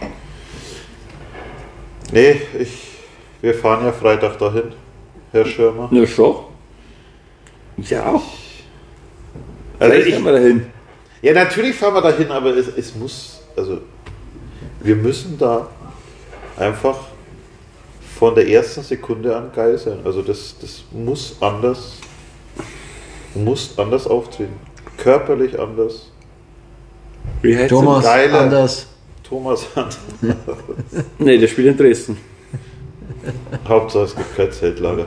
Nee, ich, wir fahren ja Freitag dahin, Herr Schirmer. Na schon. Ja auch. Also Vielleicht ich, gehen wir dahin. ja, natürlich fahren wir dahin, aber es, es muss, also wir müssen da einfach von der ersten Sekunde an geil sein. Also das, das muss anders, muss anders auftreten. Körperlich anders. Wie heißt Thomas Geile- Anders. Thomas Hand. Nee, der spielt in Dresden. Hauptsache es gibt kein Zeltlager.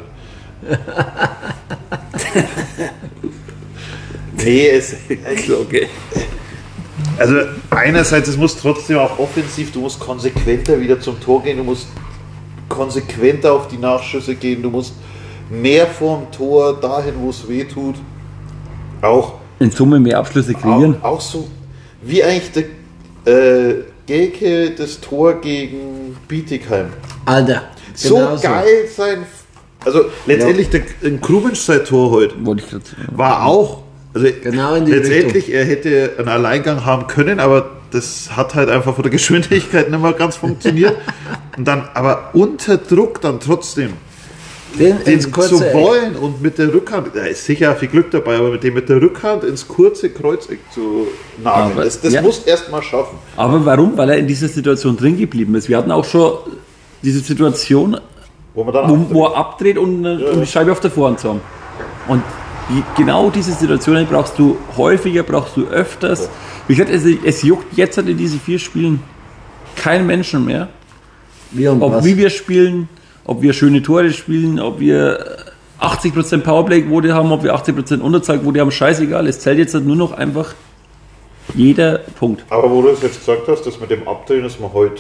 Nee, es. Okay. Also einerseits, es muss trotzdem auch offensiv, du musst konsequenter wieder zum Tor gehen, du musst konsequenter auf die Nachschüsse gehen, du musst mehr vorm Tor, dahin wo es weh tut. Auch, In Summe mehr Abschlüsse kreieren. auch, auch so, wie eigentlich der äh, Gelke das Tor gegen Bietigheim. Alter, So genau geil sein. Also letztendlich der, ein Krummensch sein Tor heute Wollte ich gerade. war auch, also Genau in die letztendlich, er hätte einen Alleingang haben können, aber das hat halt einfach von der Geschwindigkeit nicht mehr ganz funktioniert. Und dann, aber unter Druck dann trotzdem Den den ins kurze zu Eck. wollen und mit der Rückhand, da ist sicher viel Glück dabei, aber mit dem mit der Rückhand ins kurze Kreuzeck zu nageln, Aber- das, das ja. musst du erst mal schaffen. Aber warum? Weil er in dieser Situation drin geblieben ist. Wir hatten auch schon diese Situation, Wo man dann wo, abdreht. wo er abdreht und, äh, um die Scheibe auf der Vorhand zu haben. Und die, genau diese Situationen brauchst du häufiger, brauchst du öfters. Wie gesagt, es, es juckt jetzt halt in diesen vier Spielen kein Menschen mehr. Wie und Ob was? wie wir spielen, ob wir schöne Tore spielen, ob wir achtzig Prozent Powerplay-Quote haben, ob wir achtzig Prozent Unterzahlquote haben, scheißegal. Es zählt jetzt halt nur noch einfach jeder Punkt. Aber wo du es jetzt gesagt hast, das mit dem Abdrehen ist mir heute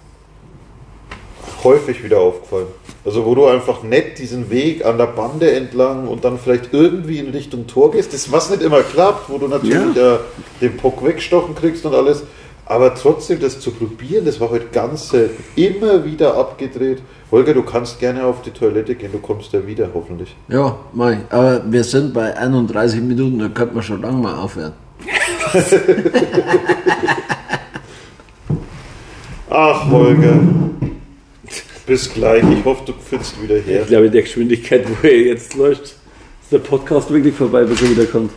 häufig wieder aufgefallen. Also wo du einfach nett diesen Weg an der Bande entlang und dann vielleicht irgendwie in Richtung Tor gehst, das was nicht immer klappt, wo du natürlich äh, den Puck wegstochen kriegst und alles, aber trotzdem das zu probieren, das war heute ganz selten. Immer wieder abgedreht. Holger, du kannst gerne auf die Toilette gehen, du kommst ja wieder, hoffentlich. Ja, mach ich. Aber wir sind bei einunddreißig Minuten, da könnte man schon lange mal aufhören. Ach, Holger. Bis gleich. Ich hoffe, du findest wieder her. Ich glaube, in der Geschwindigkeit, wo er jetzt läuft, ist der Podcast wirklich vorbei, bis er wieder kommt.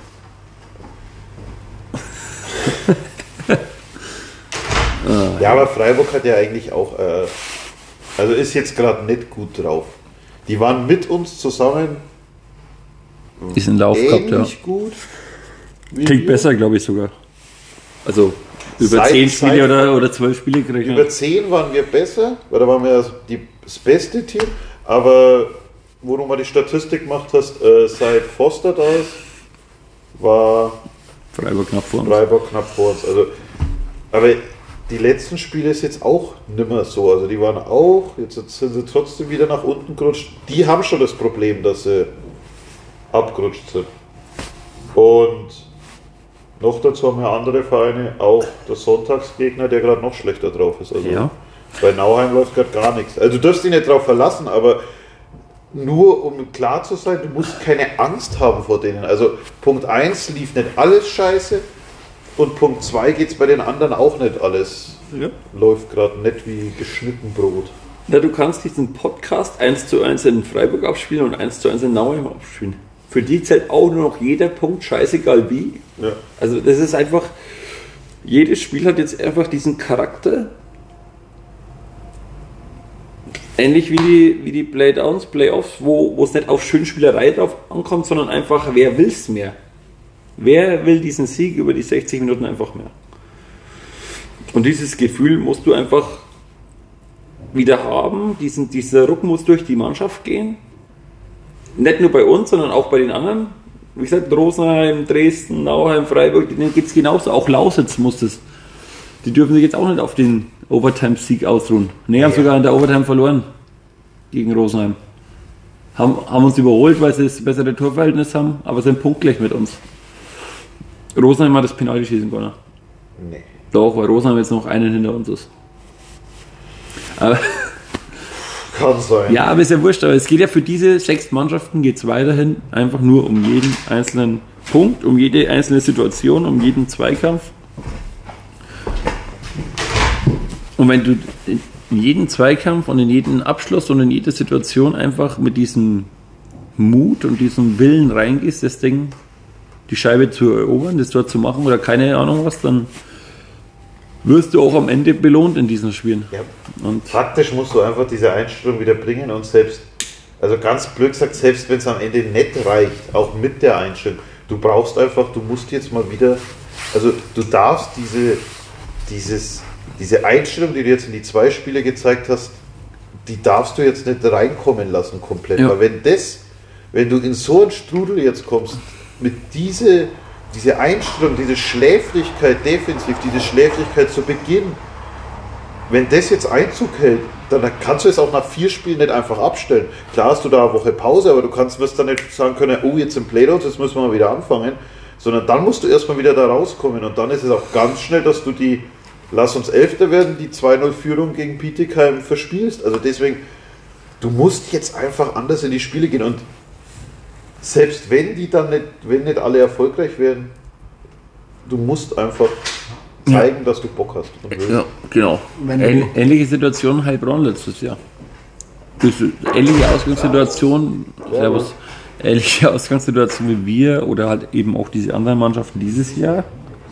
Ja, aber Freiburg hat ja eigentlich auch, äh, also ist jetzt gerade nicht gut drauf. Die waren mit uns zusammen Ist in Lauf gehabt, ja. ähnlich gut. wie Klingt wir. besser, glaube ich sogar. Also über Seit- zehn Spiele seit- oder, oder zwölf Spiele gerechnet. Über zehn waren wir besser, weil da waren wir die, das beste Team. Aber wo du mal die Statistik gemacht hast, äh, seit Foster da ist, war Freiburg knapp vor uns. Freiburg knapp vor uns. Also, aber die letzten Spiele ist jetzt auch nimmer so. Also die waren auch, jetzt sind sie trotzdem wieder nach unten gerutscht. Die haben schon das Problem, dass sie abgerutscht sind. Und noch dazu haben ja andere Vereine, auch der Sonntagsgegner, der gerade noch schlechter drauf ist. Also Ja. bei Nauheim läuft gerade gar nichts. Also du darfst dich nicht drauf verlassen, aber nur um klar zu sein, du musst keine Angst haben vor denen. Also Punkt eins lief nicht alles scheiße und Punkt zwei geht es bei den anderen auch nicht alles. Ja. Läuft gerade nicht wie geschnitten Brot. Ja, du kannst diesen Podcast eins zu eins in Freiburg abspielen und eins zu eins in Nauheim abspielen. Für die zählt auch nur noch jeder Punkt, scheißegal wie. Ja. Also das ist einfach, jedes Spiel hat jetzt einfach diesen Charakter. Ähnlich wie die, wie die Playdowns, Playoffs, wo, wo es nicht auf Schönspielerei drauf ankommt, sondern einfach, wer will es mehr? Wer will diesen Sieg über die sechzig Minuten einfach mehr? Und dieses Gefühl musst du einfach wieder haben, diesen, dieser Ruck muss durch die Mannschaft gehen. Nicht nur bei uns, sondern auch bei den anderen. Wie gesagt, Rosenheim, Dresden, Nauheim, Freiburg, denen geht es genauso. Auch Lausitz muss das. Die dürfen sich jetzt auch nicht auf den Overtime-Sieg ausruhen. Ne, haben Ja. sogar in der Overtime verloren gegen Rosenheim. Haben, haben uns überholt, weil sie das bessere Torverhältnis haben, aber sind punktgleich mit uns. Rosenheim hat das Penalty-Schießen gewonnen. Nee. Doch, weil Rosenheim jetzt noch einen hinter uns ist. Aber, Kann sein. ja, aber ist ja wurscht. Aber es geht ja für diese sechs Mannschaften geht es weiterhin einfach nur um jeden einzelnen Punkt, um jede einzelne Situation, um jeden Zweikampf. Und wenn du in jeden Zweikampf und in jeden Abschluss und in jede Situation einfach mit diesem Mut und diesem Willen reingehst, das Ding, die Scheibe zu erobern, das dort zu machen oder keine Ahnung was, dann wirst du auch am Ende belohnt in diesen Spielen. Ja. Und Faktisch musst du einfach diese Einstellung wieder bringen und selbst, also ganz blöd gesagt, selbst wenn es am Ende nicht reicht, auch mit der Einstellung, du brauchst einfach, du musst jetzt mal wieder, also du darfst diese, dieses, diese Einstellung, die du jetzt in die zwei Spiele gezeigt hast, die darfst du jetzt nicht reinkommen lassen komplett, Ja. weil wenn das, wenn du in so einen Strudel jetzt kommst, mit diese, diese Einstellung, diese Schläfrigkeit defensiv, diese Schläfrigkeit zu Beginn, wenn das jetzt Einzug hält, dann kannst du es auch nach vier Spielen nicht einfach abstellen. Klar hast du da eine Woche Pause, aber du kannst, wirst dann nicht sagen können, oh, jetzt im Playdowns, jetzt müssen wir mal wieder anfangen, sondern dann musst du erstmal wieder da rauskommen und dann ist es auch ganz schnell, dass du die, lass uns Elfter werden, die zwei null Führung gegen Bietigheim verspielst. Also deswegen, du musst jetzt einfach anders in die Spiele gehen und selbst wenn die dann nicht, wenn nicht alle erfolgreich werden, du musst einfach zeigen, ja. dass du Bock hast. Und willst. ja, genau. Ähn, ähnliche Situation Heilbronn letztes Jahr. Ähnliche Ausgangssituation, ja, servus, ähnliche Ausgangssituation wie wir oder halt eben auch diese anderen Mannschaften dieses Jahr.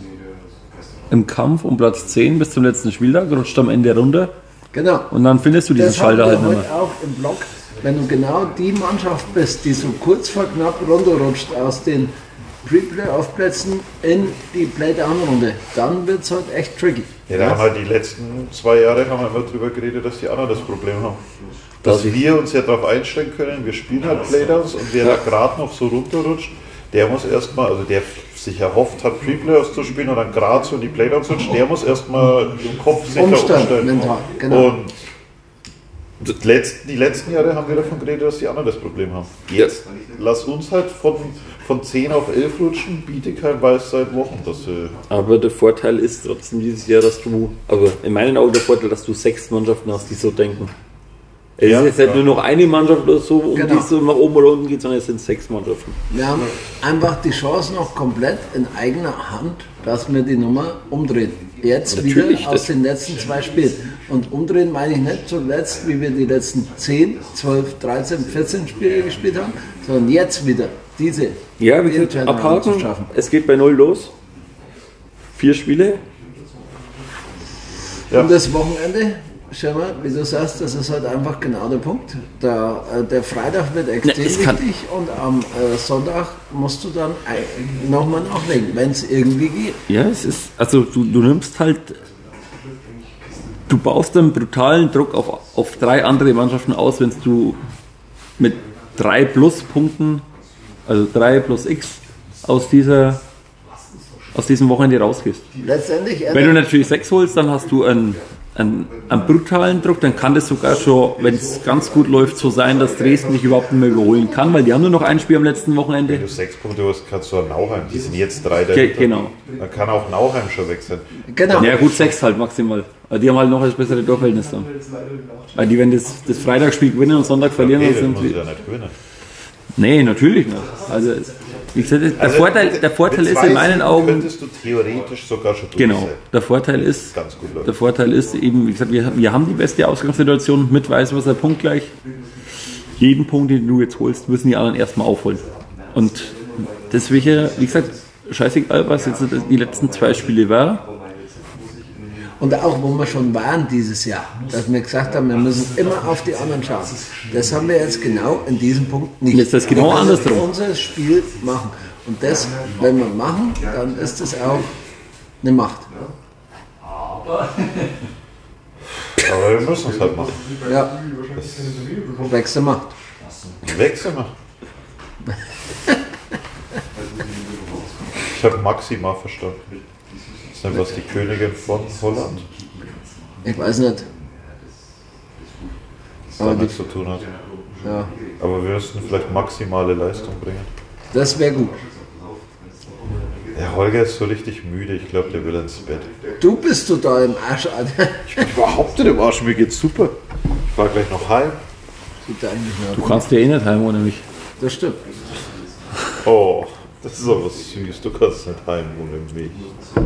Im Kampf um Platz zehn bis zum letzten Spieltag, rutscht am Ende runter. Genau. Und dann findest du diesen das Schalter halt nicht mehr. mehr. Auch im Block, wenn du genau die Mannschaft bist, die so kurz vor knapp runterrutscht aus den Pre-Playoff-Plätzen in die Play-Down-Runde, dann wird es halt echt tricky. Ja, da haben wir die letzten zwei Jahre haben wir immer drüber geredet, dass die anderen das Problem haben. Dass das wir uns ja darauf einstellen können, wir spielen halt Playdowns und wer ja. da gerade noch so runterrutscht, der muss erstmal, also der sich erhofft hat, Pre-Playoffs zu spielen und dann gerade so in die Playdowns rutscht, der muss erstmal im Kopf sicher umstellen. umstellen. Mental, genau. Und die letzten, die letzten Jahre haben wir davon geredet, dass die anderen das Problem haben. Jetzt lass uns halt von, von zehn auf elf rutschen, Bietigheim weiß seit Wochen, dass sie... Aber der Vorteil ist trotzdem dieses Jahr, dass du, aber in meinen Augen der Vorteil, dass du sechs Mannschaften hast, die so denken. Es ja, ist jetzt nicht nur noch eine Mannschaft oder so, um genau. die es so nach oben oder unten geht, sondern es sind sechs Mannschaften. Wir haben einfach die Chance noch komplett in eigener Hand, dass wir die Nummer umdrehen. Jetzt Natürlich, wieder aus den letzten zwei Spielen. Und umdrehen meine ich nicht zuletzt, wie wir die letzten zehn, zwölf, dreizehn, vierzehn Spiele gespielt haben, sondern jetzt wieder diese ja, wir sind abhaken. Zu schaffen. Es geht bei null los. Vier Spiele. Ja. Und das Wochenende, schau mal, wie du sagst, das ist halt einfach genau der Punkt. Der, der Freitag wird extrem ja, wichtig und am äh, Sonntag musst du dann nochmal nachlegen, wenn es irgendwie geht. Ja, es ist, also du, du nimmst halt, du baust einen brutalen Druck auf, auf drei andere Mannschaften aus, wenn du mit drei Pluspunkten, also drei plus X aus dieser aus diesem Wochenende rausgehst. Letztendlich wenn du natürlich sechs holst, dann hast du einen Einen, einen brutalen Druck, dann kann das sogar schon, wenn es ganz gut läuft, so sein, dass Dresden dich überhaupt nicht mehr überholen kann, weil die haben nur noch ein Spiel am letzten Wochenende. Wenn du sechs Punkte hast, kannst du an Nauheim, die sind jetzt drei der Ge- Genau. Dann kann auch Nauheim schon weg sein. Genau. Ja gut, sechs halt maximal. Aber die haben halt noch das bessere Torverhältnis dann. Weil die, wenn das, das Freitagsspiel gewinnen und Sonntag verlieren, okay, dann sind muss ich ja nicht gewinnen. Nee, natürlich nicht. Also, wie gesagt, der also Vorteil, der Vorteil ist in meinen Augen. Könntest du theoretisch sogar schon durch Genau. sein. Der Vorteil ist, Ganz gut, der Vorteil ist eben, wie gesagt, wir, wir haben die beste Ausgangssituation mit Weißwasser punktgleich. Jeden Punkt, den du jetzt holst, müssen die anderen erstmal aufholen. Und deswegen, wie gesagt, scheißegal, was jetzt die letzten zwei Spiele war. Und auch, wo wir schon waren dieses Jahr, dass wir gesagt haben, wir müssen immer auf die anderen schauen. Das haben wir jetzt genau in diesem Punkt nicht. Jetzt ist das genau wir andersrum. Unser Spiel machen. Und das, wenn wir machen, dann ist das auch eine Macht. Aber wir müssen es halt machen. Ja. Wechsel Macht. Wechsel Macht. Ich habe maximal verstanden. Das ist was die Königin von Holland. Ich weiß nicht. Was damit zu tun hat. Ja. Aber wir müssten vielleicht maximale Leistung bringen. Das wäre gut. Der Holger ist so richtig müde, ich glaube, der will ins Bett. Du bist total im Arsch, Alter. Ich bin überhaupt nicht im Arsch, mir geht's super. Ich fahr gleich noch heim. Du kannst ja eh nicht heim ohne mich. Das stimmt. Oh, das ist aber süß, du kannst nicht heim ohne mich.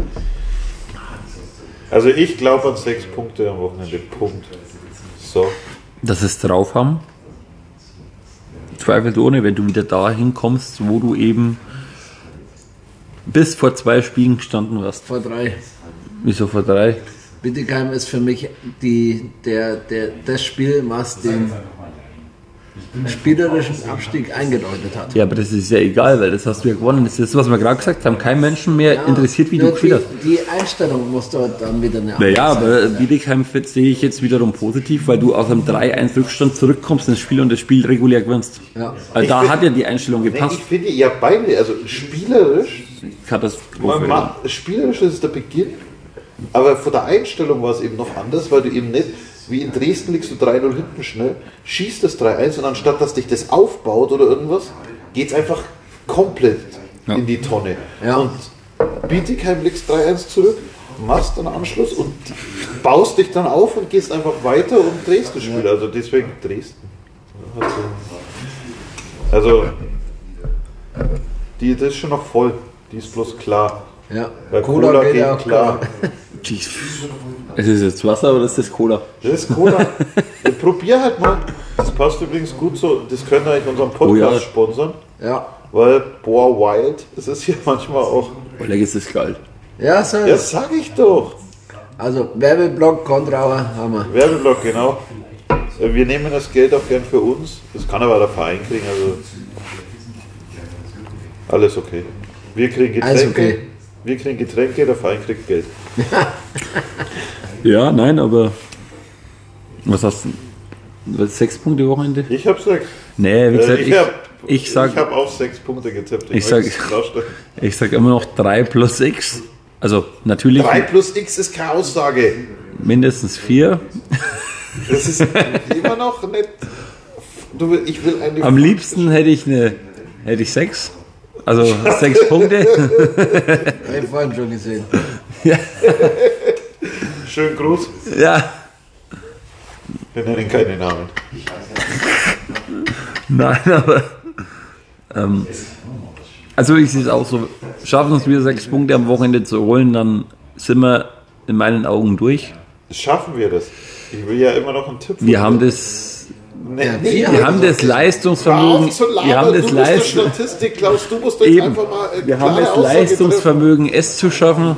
Also ich glaube an sechs Punkte am Wochenende, Punkt. So. Dass es drauf haben. Zweifelsohne, wenn du wieder dahin kommst, wo du eben bis vor zwei Spielen gestanden warst. Vor drei. Wieso vor drei? Bietigheim ist für mich die, der, der, das Spiel, was den spielerischen Abstieg eingeläutet hat. Ja, aber das ist ja egal, weil das hast du ja gewonnen. Das ist das, was wir gerade gesagt haben. Kein Menschen mehr Ja, interessiert, wie du nur gespielt hast. die, die Einstellung muss dort dann wieder eine andere Naja, sein. aber Bietigheim sehe ich jetzt wiederum positiv, weil du aus einem drei eins Rückstand zurückkommst ins Spiel und das Spiel regulär gewinnst. Ja. Also da find- hat ja die Einstellung Nee, gepasst. ich finde ja beide, also spielerisch, Katastrophe. man macht, spielerisch ist es der Beginn, aber von der Einstellung war es eben noch anders, weil du eben nicht, wie in Dresden liegst du drei null hinten schnell, schießt das drei eins und anstatt dass dich das aufbaut oder irgendwas, geht es einfach komplett Ja. in die Tonne. Ja. Und Bietigheim liegst drei eins zurück, machst einen Anschluss und baust dich dann auf und gehst einfach weiter und drehst das Spiel. Also deswegen Dresden. Also die, das ist schon noch voll, die ist bloß klar. Ja. Weil Cola, Cola geht geht auch klar. Jeez. Ist es jetzt Wasser oder ist das Cola? Das ist Cola. Ja, probier halt mal. Das passt übrigens gut so. Das können wir eigentlich unseren Podcast Oh ja. sponsern. Ja. Weil Boah Wild, das ist hier manchmal auch. Oleg ist das geil. Ja, so. Ja, sag ich doch. Also Werbeblock, Kontrauer, haben wir. Werbeblock, genau. Äh, Wir nehmen das Geld auch gern für uns. Das kann aber der Verein kriegen. Also alles okay. Wir kriegen Getränke. Alles okay. Wir kriegen Getränke, der Verein kriegt Geld. Ja, nein, aber was hast du? Was, sechs Punkte Wochenende? Ich hab sechs. Nee, wie gesagt, Äh, ich, hab, ich sag, ich hab auch sechs Punkte getippt. Ich sag- möchte es klarstellen. ich sag immer noch drei plus X. Also natürlich drei plus X ist keine Aussage. mindestens vier. Das ist immer noch nicht. Du, will- ich will eine. Am liebsten hätte ich eine, hätte ich sechs. Also sechs Punkte. Hab ich vorhin schon gesehen. Schönen Gruß. Ja. Wir nennen keine Namen. Nein, aber ähm, also ich sehe es auch so, schaffen uns wieder sechs Punkte am Wochenende zu holen, dann sind wir in meinen Augen durch. Schaffen wir das? Ich will ja immer noch einen Tipp. von Wir dir. haben das, Nee, Ja, nee, wir wir haben das Hör Leistungsvermögen, auf zu labern, wir haben das, du bist der Leist Statistik, Klaus, du musst jetzt eben, einfach mal eine wir haben klare das Aussage treffen. Leistungsvermögen, es zu schaffen.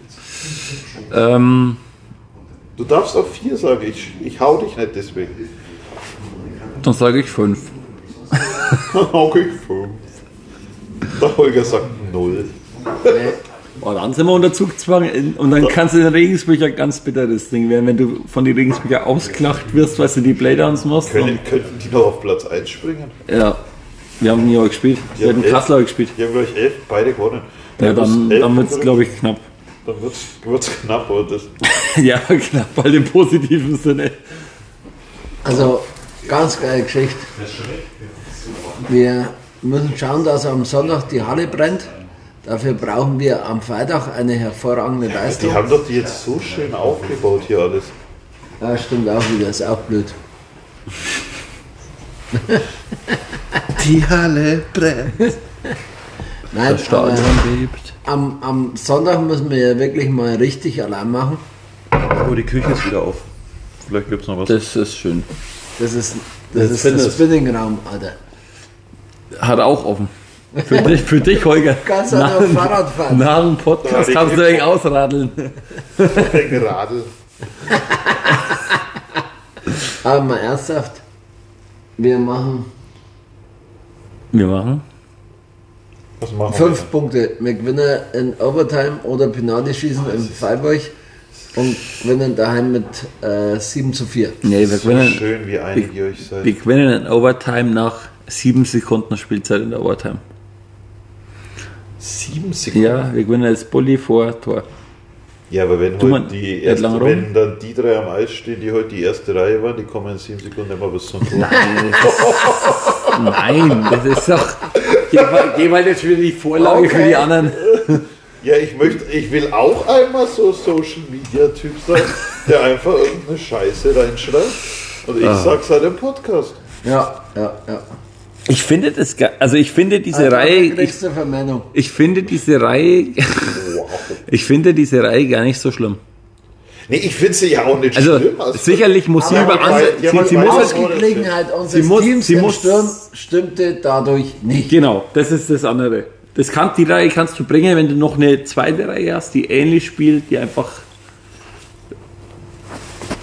Ähm, Du darfst auch vier sagen, ich, ich hau dich nicht deswegen. dann sage ich fünf. Okay, fünf. Der Holger sagt null. Oh, dann sind wir unter Zugzwang und dann kannst du in Regensburg ein ganz bitteres Ding werden, wenn du von den Regensburger ausgelacht wirst, weil du die Playdowns machst. Können, könnten die noch auf Platz eins springen? Ja, wir haben nie auch gespielt. Wir haben haben elf. Kassel gespielt. Die haben, glaube ich, elf, beide gewonnen. Ja, dann, elf dann wird es, Punkte, glaube ich, knapp. Dann wird es knapp. Und das, Ja, knapp, weil im positiven Sinne. Also, ganz geile Geschichte. Wir müssen schauen, dass am Sonntag die Halle brennt. Dafür brauchen wir am Freitag eine hervorragende Leistung. die haben doch die jetzt so schön aufgebaut hier alles. Ja, stimmt auch wieder, ist auch blöd. Die Halle brennt. Nein, Das Stadion aber bebt. am, am Sonntag müssen wir ja wirklich mal richtig Alarm machen. Oh, die Küche ist wieder auf. Vielleicht gibt es noch was. Das ist schön. Das ist das, Das ist Fitness. das Spinningraum, Alter. Hat auch offen. Für dich, für dich, Holger. Kannst du auch noch Fahrrad fahren. Nach dem Podcast Ja, kannst du die- dich ausradeln. Den Radl. Aber mal ernsthaft, wir machen Wir machen. Was machen fünf Punkte. Wir gewinnen in Overtime oder Penalty-Schießen in Freiburg und gewinnen daheim mit äh, sieben zu vier. Nee, wir wir? So gewinnen, schön, wie einig ihr euch seid. wir gewinnen in Overtime nach sieben Sekunden Spielzeit in der Overtime. Sieben Sekunden? Ja, wir gewinnen als Bulli vor Tor. Ja, aber wenn, Du, heute man- die nicht erste, lang rum. wenn dann die drei am Eis stehen, die heute die erste Reihe waren, die kommen in sieben Sekunden immer bis zum Tor. Nein, das ist, nein, das ist doch. Geh mal, geh mal jetzt wieder die Vorlage für die anderen. Ja, ich möchte, ich will auch einmal so Social Media Typ sein, der einfach irgendeine Scheiße reinschreibt. Und ich sag's halt im Podcast. Ja, ja, ja. Ich finde das, ga- also ich finde diese Also, Reihe, ich, kriegst du Vermeinung. ich finde diese Reihe, ich finde diese Reihe gar nicht so schlimm. Nee, ich finde sie ja auch nicht Also schlimm. Also, sicherlich muss sie Aber über die andere, haben- die haben sie, sie halt muss, beide- Ausgeglichenheit unseres muss- Teams sie im muss- Sturm stimmte dadurch nicht. genau, das ist das andere. Das kann, die Reihe kannst du bringen, wenn du noch eine zweite Reihe hast, die ähnlich spielt, die einfach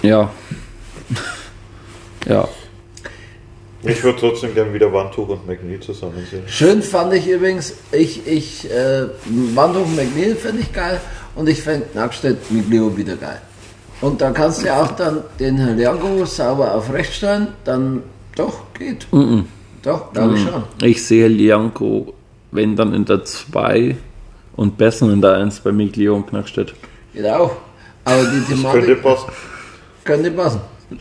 Ja. Ja. Ich würde trotzdem gerne wieder Wandtuch und McNeil zusammen sehen. Schön fand ich übrigens, ich, ich äh, Wandhof McNeil finde ich geil und ich finde Knackstedt mit Leo wieder geil. Und da kannst du ja auch dann den Herrn Janko sauber aufrechtstellen, dann doch, geht. Mm-mm. Doch, glaube ich schon. Ich sehe Lianco, wenn dann in der zwei und Bessen in der eins bei Miglio und Knackstedt. Geht auch. Aber die Das könnte Thematik passen. könnte passen.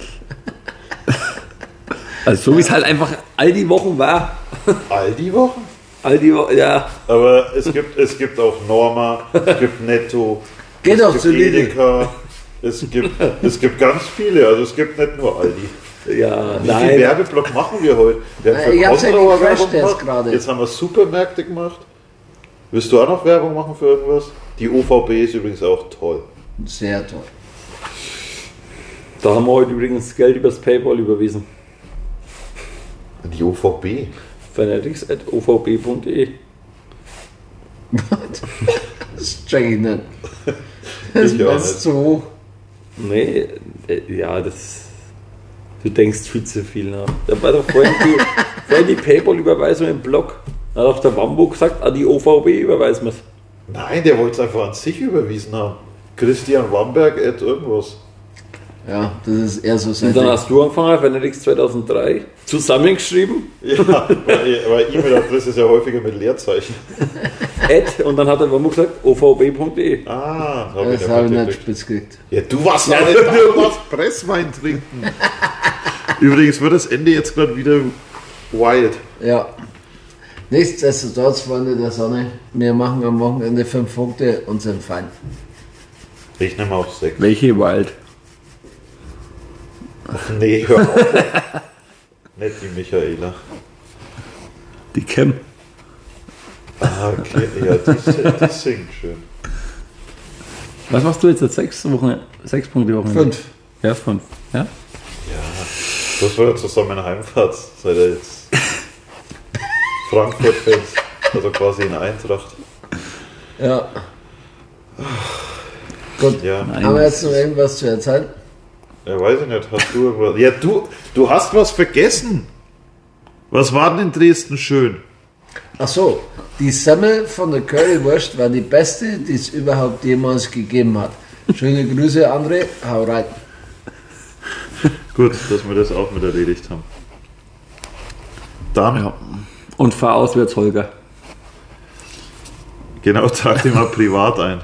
Also so wie es halt einfach all die Wochen war. All die Wochen? All die Wochen, ja. Aber es gibt, es gibt auch Norma, es gibt Netto, Geh es doch gibt zu Lidl. Edeka, es gibt, es gibt ganz viele, also es gibt nicht nur Aldi. Ja, Wie viel nein. Werbeblock machen wir heute? Wir haben Äh, ich hab's ja Konrauer gecrashed Werbung jetzt gemacht, gerade. Jetzt haben wir Supermärkte gemacht. Willst du auch noch Werbung machen für irgendwas? Die O V B ist übrigens auch toll. Sehr toll. Da haben wir heute übrigens Geld übers PayPal überwiesen. Die O V B? fanatics at o v b punkt d e. Das check ich nicht. Das Ich auch ist nicht. zu hoch. Nee, äh, ja, das. Du denkst viel zu viel nach. Da war doch vorhin die, vorhin die PayPal-Überweisung im Blog. Da hat auch der Wambo gesagt, an die O V B überweisen wir es. Nein, der wollte es einfach an sich überwiesen haben. Christian Wamberg at irgendwas. Ja, das ist eher so sein Und dann Ding. hast du angefangen, Fanatics zweitausenddrei, zusammengeschrieben, Ja, weil weil E-Mail-Adresse ist ja häufiger mit Leerzeichen. Ad, und dann hat der Wambo gesagt, o v b punkt d e. Ah, hab Das ich habe ich ja nicht spitz gekriegt. Ja, du warst ja nicht da, du warst Presswein trinken. Übrigens wird das Ende jetzt gerade wieder wild. Ja. Nichtsdestotrotz, Freunde der Sonne, wir machen am Wochenende fünf Punkte und sind fein. Ich nehme auch sechs. Welche Wild? Nee, hör auf. Nicht die Michaela. Die Cam. Ah, okay. Ja, die, die singt schön. Was machst du jetzt als sechs Wochen, sechs Punkte Wochen? Fünf. Ja, fünf. Ja? Das war ja zusammen Heimfahrt. Seid ihr jetzt Frankfurt-Fans? Also quasi in Eintracht. Ja. Gut. Ja. Nein. Haben wir jetzt noch irgendwas zu erzählen? Ja, weiß ich nicht. Hast du irgendwas? Ja, du, du hast was vergessen. Was war denn in Dresden schön? Ach so, die Semmel von der Currywurst war die beste, die es überhaupt jemals gegeben hat. Schöne Grüße, André. Hau rein. Gut, dass wir das auch mit erledigt haben. Dann, Ja. Und fahr auswärts, Holger. genau, trag dir mal privat ein.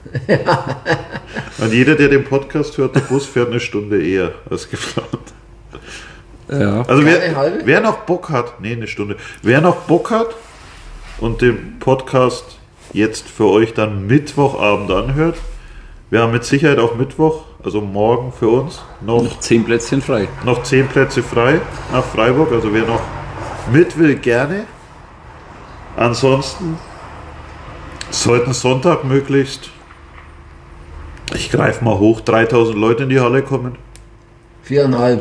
Und jeder, der den Podcast hört, der Bus fährt eine Stunde eher als geplant. Ja. Also Keine wer, halbe? wer noch Bock hat, nee, eine Stunde. Wer noch Bock hat und den Podcast jetzt für euch dann Mittwochabend anhört, wir haben mit Sicherheit auch Mittwoch, also morgen für uns, noch, Noch zehn Plätzchen frei. noch zehn Plätze frei nach Freiburg. Also wer noch mit will, gerne. Ansonsten sollten Sonntag möglichst, ich greife mal hoch, dreitausend Leute in die Halle kommen. Viereinhalb.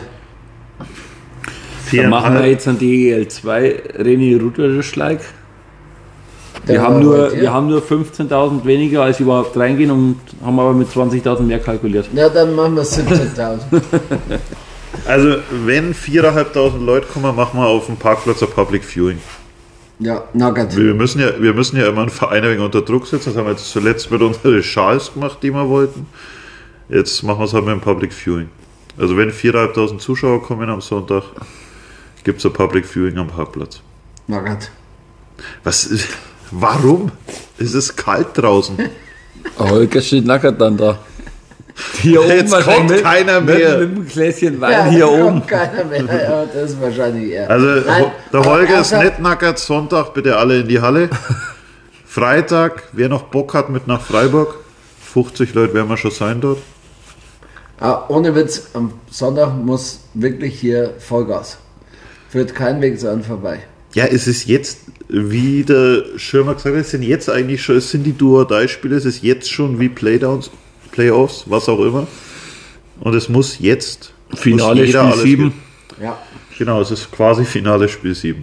Dann machen wir jetzt an die E L zwei René Rudolf-Schleik. Wir, Der haben war nur, heute hier. wir haben nur fünfzehntausend weniger, als überhaupt reingehen und haben aber mit zwanzigtausend mehr kalkuliert. Na, dann machen wir siebzehntausend. Also, wenn viertausendfünfhundert Leute kommen, machen wir auf dem Parkplatz ein Public Viewing. Ja, Nugget. Wir müssen ja, wir müssen ja immer einen Verein ein wenig unter Druck setzen. Das haben wir jetzt zuletzt mit unseren Schals gemacht, die wir wollten. Jetzt machen wir es halt mit dem Public Viewing. Also, wenn viertausendfünfhundert Zuschauer kommen am Sonntag, gibt es ein Public Viewing am Parkplatz. Nugget. Was ist, warum? Es ist kalt draußen. Holger steht nackert dann da. Hier oben Jetzt kommt wahrscheinlich keiner mit, mehr. Mit einem Gläschen Wein Ja, hier da oben. kommt keiner mehr. Ja, das ist wahrscheinlich er. Also, Nein, der aber Holger ist außer- nicht nackert. Sonntag bitte alle in die Halle. Freitag, wer noch Bock hat mit nach Freiburg, fünfzig Leute werden wir schon sein dort. Ah, ohne Witz, am Sonntag muss wirklich hier Vollgas. Führt kein Weg dran vorbei. Ja, es ist jetzt, wie der Schirmer gesagt hat, es sind jetzt eigentlich schon, es sind die Do-or-Die-Spiele, es ist jetzt schon wie Playdowns, Playoffs, was auch immer. Und es muss jetzt Finale muss jeder Spiel alles sieben. geben. Ja, Genau, es ist quasi Finale Spiel sieben.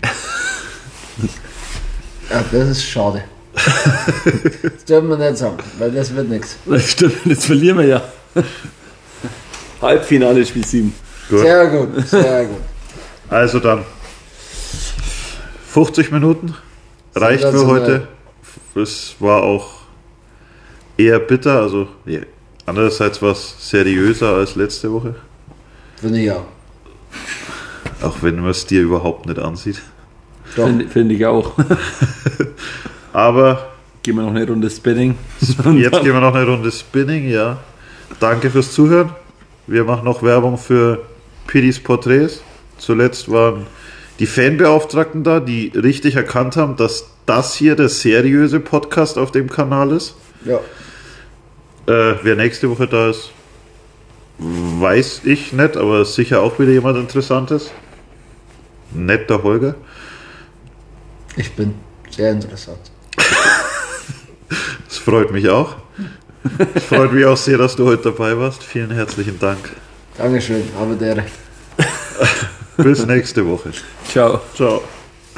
ja das ist schade. Das dürfen wir nicht sagen, weil das wird nichts. Das stimmt, jetzt verlieren wir ja. Halbfinale Spiel sieben. Gut. Sehr gut, sehr gut. Also dann fünfzig Minuten reicht für heute. Es war auch eher bitter, also ja, andererseits war es seriöser als letzte Woche. Finde ich auch. Auch wenn man es dir überhaupt nicht ansieht. Finde find ich auch. Aber Gehen wir noch eine Runde Spinning. jetzt gehen wir noch eine Runde Spinning, ja. Danke fürs Zuhören. Wir machen noch Werbung für Pidis Porträts. Zuletzt waren die Fanbeauftragten da, die richtig erkannt haben, dass das hier der seriöse Podcast auf dem Kanal ist. Ja. Äh, wer nächste Woche da ist, weiß ich nicht, aber sicher auch wieder jemand Interessantes. Netter Holger. Ich bin sehr interessant. Das freut mich auch. Es freut mich auch sehr, dass du heute dabei warst. Vielen herzlichen Dank. Dankeschön, aber der. Bis nächste Woche. Ciao. Ciao.